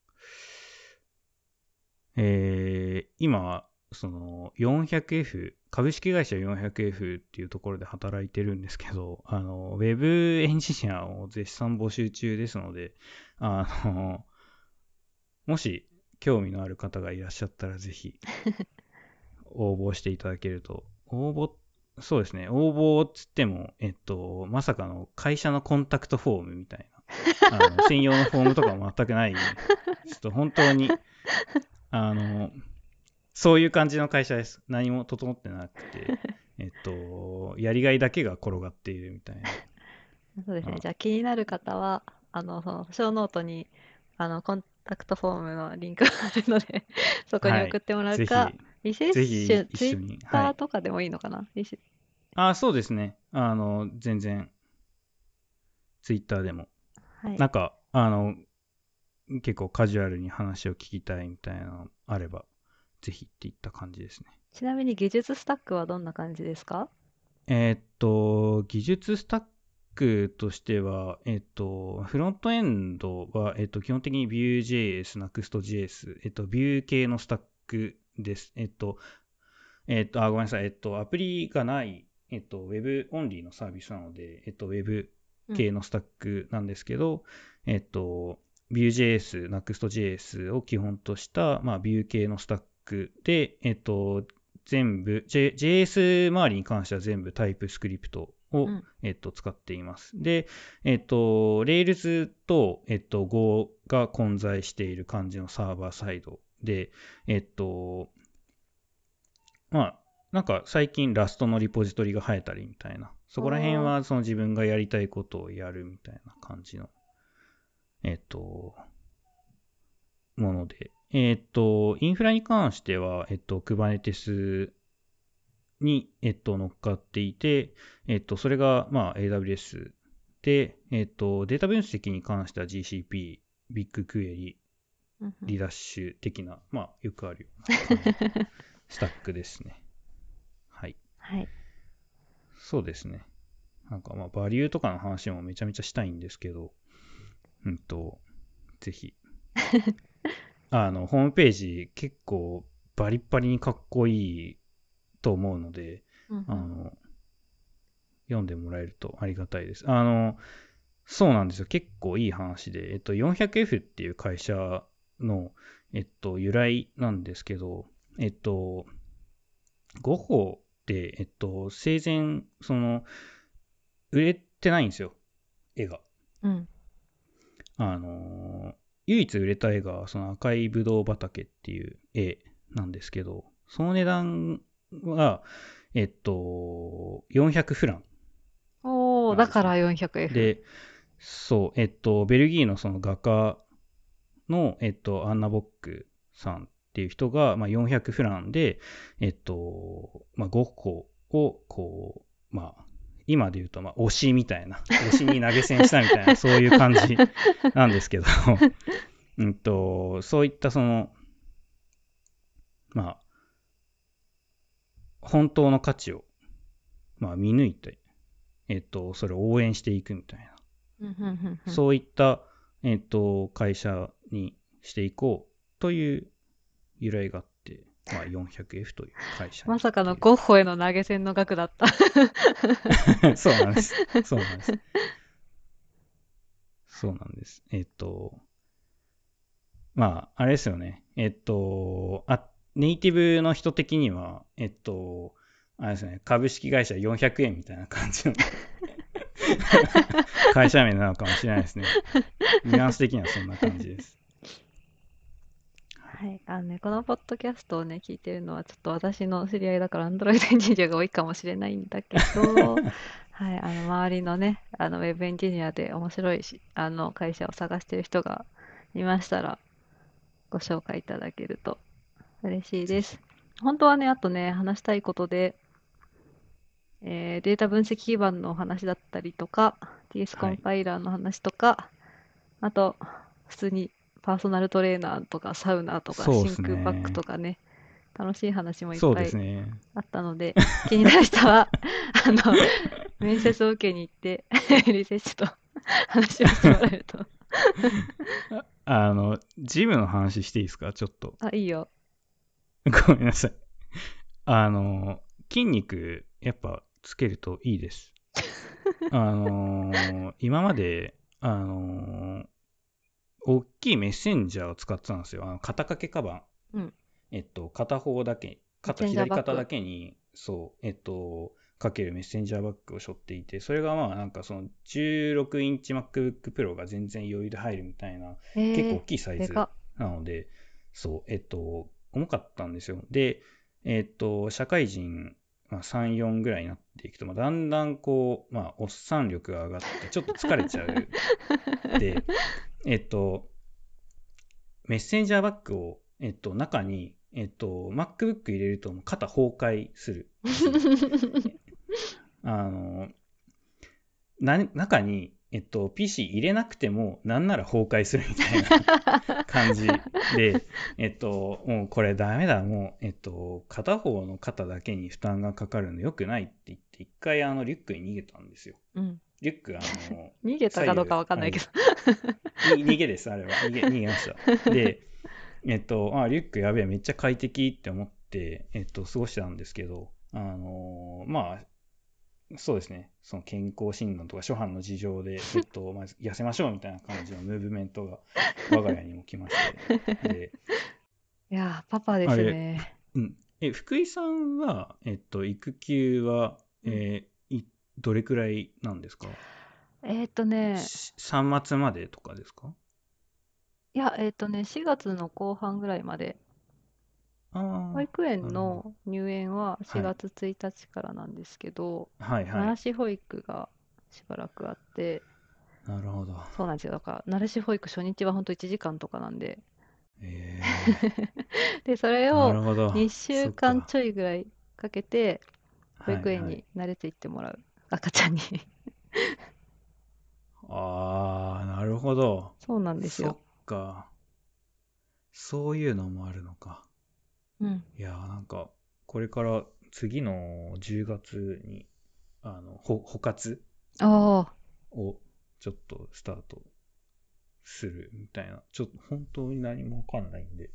えー今、その よんひゃくエフ、株式会社 よんひゃくエフ っていうところで働いてるんですけど、あの、ウェブエンジニアを絶賛募集中ですので、あの、もし興味のある方がいらっしゃったらぜひ応募していただけると、応募、そうですね、応募っつっても、えっと、まさかの会社のコンタクトフォームみたいな、あの、専用のフォームとかも全くない、ちょっと本当に、あの、そういう感じの会社です。何も整ってなくて、えっと、やりがいだけが転がっているみたいな。 そうですね。 あじゃあ気になる方は、あの、その、小ノートに、あの、コンタクトフォームのリンクがあるのでそこにはい。 送ってもらうか、 ぜひ、 リセッぜシュ、 ひ一ツイッ緒に。はターい。 とかでもいいのかなリセあ、そうですね。あの、全然、ツイッターでも。 はい。 なんか、あの、結構カジュアルに話を聞きたいみたいなのあれば、ぜひっていった感じですね。 ちなみに技術スタックはどんな感じですか？ えーっと、技術スタックとしては、えーっと、フロントエンドは、えーっと、基本的に Vue.js、Next.js、えーっと、Vue 系のスタックです。えーっと、えーっと、あ、ごめんなさい。えーっと、アプリがない、えーっと、Web オンリーのサービスなので、えーっと、Web うん。 系のスタックなんですけど、えーっと、Vue.js、Next.js を基本とした、まあ、Vue 系のスタックで、えーっと、全部、J、ジェイエス 周りに関しては全部タイプスクリプトを、 うん。 えっと、使っています。で、えっと、Rails と、えっと、Go が混在している感じのサーバーサイドで、えっと、まあ、なんか最近ラストのリポジトリが生えたりみたいな、そこら辺おー。 はその自分がやりたいことをやるみたいな感じの、えっと、もので、えっと、インフラに関しては、えっと、Kubernetes に、えっと、乗っかっていて、えっと、それが、まあ、エーダブリューエス で、えっと、データ分析に関しては ジーシーピー、BigQuery、 うんうん。 リダッシュ的な、まあ、よくあるような感じのスタックですね。はい。 はい。 そうですね。なんか、まあ、バリューとかの話もめちゃめちゃしたいんですけど、うんと、ぜひ、あの、ホームページ結構バリッバリにかっこいいと思うので、 うんうん。 あの、読んでもらえるとありがたいです。あの、そうなんですよ。結構いい話で、えっと、よんひゃくエフ っていう会社の、えっと、由来なんですけど、えっと、ゴッホって、えっと、生前、その、売れてないんですよ、絵が。 うん。 あの唯一売れた絵がその赤いぶどう畑っていう絵なんですけど、その値段は、えっと、よんひゃくフランおー、 なんですね。 だから よんひゃくエフ。 で、そう、えっと、ベルギーのその画家の、えっと、アンナ・ボックさんっていう人が、まあ、よんひゃくフランで、えっと、まあ、ゴッホを、こう、まあ、今で言うと、まあ、推しみたいな、推しに投げ銭したみたいな、そういう感じなんですけど、うんと、そういったその、まあ、本当の価値を、まあ、見抜いて、えっと、それを応援していくみたいな、 うんうんうんうん。 そういった、えっと、会社にしていこうという由来があって、まあ、よんひゃくエフ という会社にまさかのっていう。 ゴッホへの投げ銭の額だった。 そうなんです。そうなんです。そうなんです。えっと、まあ、あれですよね。えっと、あ、ネイティブの人的には、えっと、あれですね、株式会社よんひゃくえんみたいな感じの会社名なのかもしれないですね。ニュアンス的にはそんな感じです。はい。 はい。あのね、このポッドキャストをね、聞いてるのは、ちょっと私の知り合いだから、アンドロイドエンジニアが多いかもしれないんだけど、はい。あの、周りのね、あの、ウェブエンジニアで面白いし、あの、会社を探してる人がいましたら、ご紹介いただけると嬉しいぜひ。 です。本当はね、あとね、話したいことで、えーデータ分析基盤の話だったりとか、ティーエス コはい。 ンパイラーの話とか、あと、普通にパーソナルトレーナーとか、サウナとか、 そうです真空パックね。 とかね、楽しい話もいっそうでぱいすね。 あったので、気になる人は、あの、面接を受けに行って、リセッシュと話をしてもらえると。 ああの、ジムの話していいですかちょっと。 あ、いいよ。 ごめんなさい。あの、筋肉、やっぱつけるといいです。あの、今まで、あの、大きいメッセンジャーを使ってたんですよ。あの肩掛けカバン。 うん。 えっと、片方だけ、肩、 メッセンジャー左肩だバッグ。 けに、そう、えっと、かけるメッセンジャーバッグを背負っていて、それがまあなんかそのじゅうろくインチ MacBook Pro が全然余裕で入るみたいな、 えー、 結構大きいサイズでかっ。 なので、そう、えっと、重かったんですよ。で、えっと、社会人、まあ、さん、よんぐらいになっていくと、まあ、だんだんこう、まあ、おっさん力が上がって、ちょっと疲れちゃう。で、えっと、メッセンジャーバッグを、えっと、中に、えっと、MacBook 入れると肩崩壊するし、あの、な、中に、えっと、ピーシー 入れなくても、なんなら崩壊するみたいな感じで、えっと、もうこれダメだ、もう、えっと、片方の肩だけに負担がかかるの良くないって言って、一回あのリュックに逃げたんですよ。 うん。 リュック、あの、 逃げた左右、 かどうかわかんあれ、 ないけど。 に逃げです、あれは。逃げ、逃げました。で、えっと、あ、リュックやべえ、めっちゃ快適って思って、えっと、過ごしてたんですけど、あのーまあ、そうですね、その健康診断とか諸般の事情で、えっと、まあ、痩せましょうみたいな感じのムーブメントが我が家にも来まして、で、 いやー、パパですあれ、 ね。 うん、え、福井さんは、えっと、育休は、 うん。 えーいどれくらいなんですか？ えーっとね、 しさん末までとかですか？ いや、えーっとね、しがつの後半ぐらいまで、 あ保育あー、なるほど。 園の入園は4 はい。 月ついたちからなんですけど、 はいはい。 奈良市保育がしばらくあって、 なるほど。 そうなんですよ。だから、奈良市保育初日はほんといちじかんとかなんで、 えで、それー、なをるほど。 2週そっか。 間ちょいぐらいかけて、保育園はいはい。 に慣れていってもらう。赤ちゃんに。 あー、なるほど。 そうなんですよ。 そっか。そういうのもあるのか。 うん。 いやー、なんか、これから次のじゅうがつに、あの、ほ、補活ああ、 をちょっとスタートするみたいな。ちょっと本当に何もわかんないんで、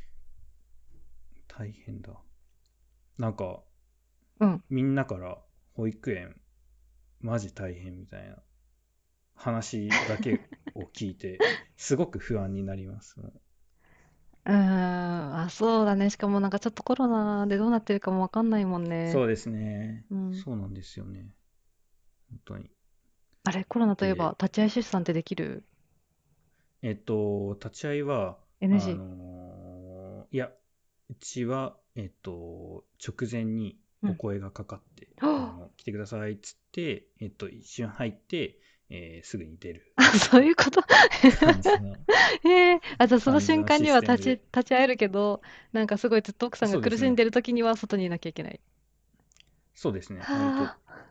大変だ。なんか、 うん。 みんなから保育園マジ大変みたいな話だけを聞いて、すごく不安になります。もううーん。あ、そうだね。しかもなんかちょっとコロナでどうなってるかもわかんないもんね。 そうですね。 うん。 そうなんですよね。本当に。 あれ、コロナといえで、 ば立ち会い出産ってできる？ えっと、立ち会いは、あエヌジー。 のーいや、うちは、えっと、直前にうん。 お声がかかって、 はああの、来てくださいっつって、えっと、一瞬入って、えーすぐに出るあ、 みたいなそういうこと。 感じの、 ええあ、じゃあその感じのシ瞬間には立ち、 ステムで。 立ち会えるけど、なんかすごいずっと奥さんがそうですね。 苦しんでる時には外にいなきゃいけない。 そうですね。割と、 はあ、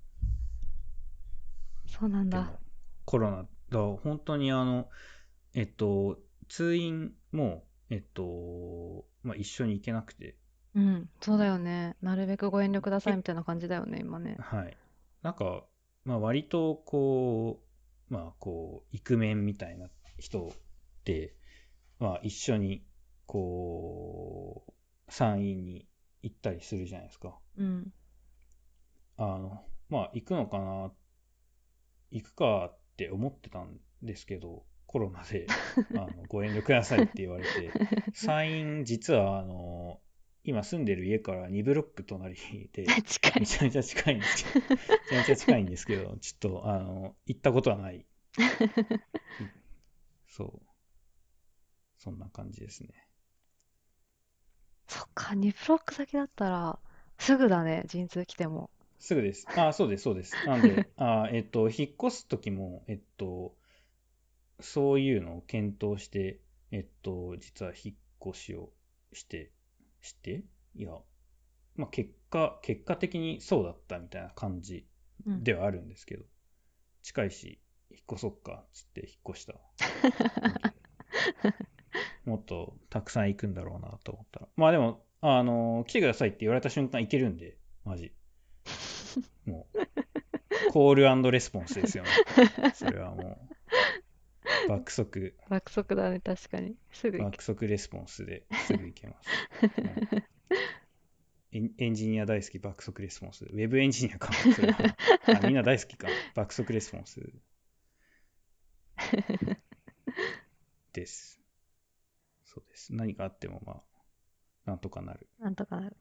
そうなんだ。 でも、コロナ、だから本当にあの、えっと、通院も、えっと、まあ、一緒に行けなくて、 うん、そうだよね。なるべくご遠慮くださいみけ、 たいな感じだよね、今ね。 はい。なんか、まあ、割と、こう、まあ、こう、イクメンみたいな人って、まあ、一緒に、こう、産院に行ったりするじゃないですか。 うん。 あの、まあ、行くのかな、行くかって思ってたんですけど、コロナで、あの、ご遠慮くださいって言われて、産院、実は、あの、今住んでる家からにブロック隣で、 近い。 めちゃめちゃ近いんですけど、めちゃめちゃ近いんですけど、ちょっと、あの、行ったことはない。いそう、そんな感じですね。 そっか、にブロック先だったら、すぐだね、陣痛来ても。 すぐです。あ、そうです、そうです。なんで、あ、えっと、引っ越す時も、えっと、そういうのを検討して、えっと、実は引っ越しをして、していや、まあ、結果、結果的にそうだったみたいな感じうん。 ではあるんですけど、近いし、引っ越そっか、つって引っ越したので、もっとたくさん行くんだろうなと思ったら。まあでも、あの、来てくださいって言われた瞬間行けるんで、マジ。もう、コールレスポンスですよね。それはもう、爆速、 爆速だね、確かに。すぐ行け。 爆速レスポンスですぐ行けます。もうエンエンジニア大好き爆速レスポンス。ウェブエンジニアか、それは。あ、みんな大好きか。爆速レスポンスです。そうです。何かあっても、まあ、なんとかなる。 なんとかなる。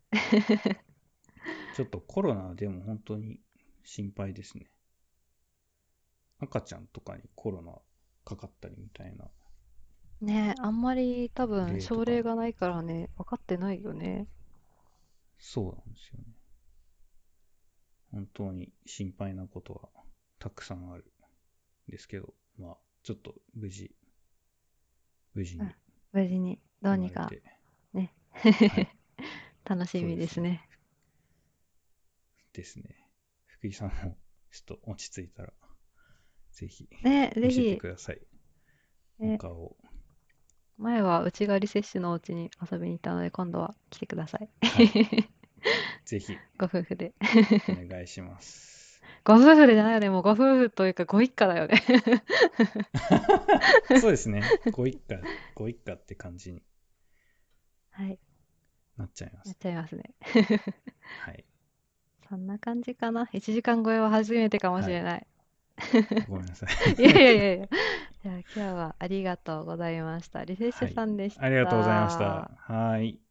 ちょっとコロナでも本当に心配ですね。赤ちゃんとかにコロナかかったりみたいなねえ、あんまり多分症例とかも、 例がないからね、分かってないよね。 そうなんですよね。本当に心配なことはたくさんあるんですけど、まあ、ちょっと無事、無事うん。 に無事に、どうにか生まれて、 ね。 はい、 楽しみそうですね。 ですね。 ですね。福井さんもちょっと落ち着いたら、ぜひねえ、ぜ見せてひ、 ください。おね、 顔を。 前は内刈り接種のお家に遊びに行ったので、今度は来てください。 はい。ぜひご夫婦で。 お願いします。 ご夫婦でじゃないよね、もうご夫婦というかご一家だよね。 そうですね。ご一家、ご一家って感じにはい、 なっちゃいまやっす。 ちゃいますね。 はい。 そんな感じかな。いちじかん超えは初めてかもしはい。 れない。 ごめんなさい。 いやいやいやいや。じゃあ今日はありがとうございました。リセッシュはい。 さんでしありがとうございました。 た。 はい。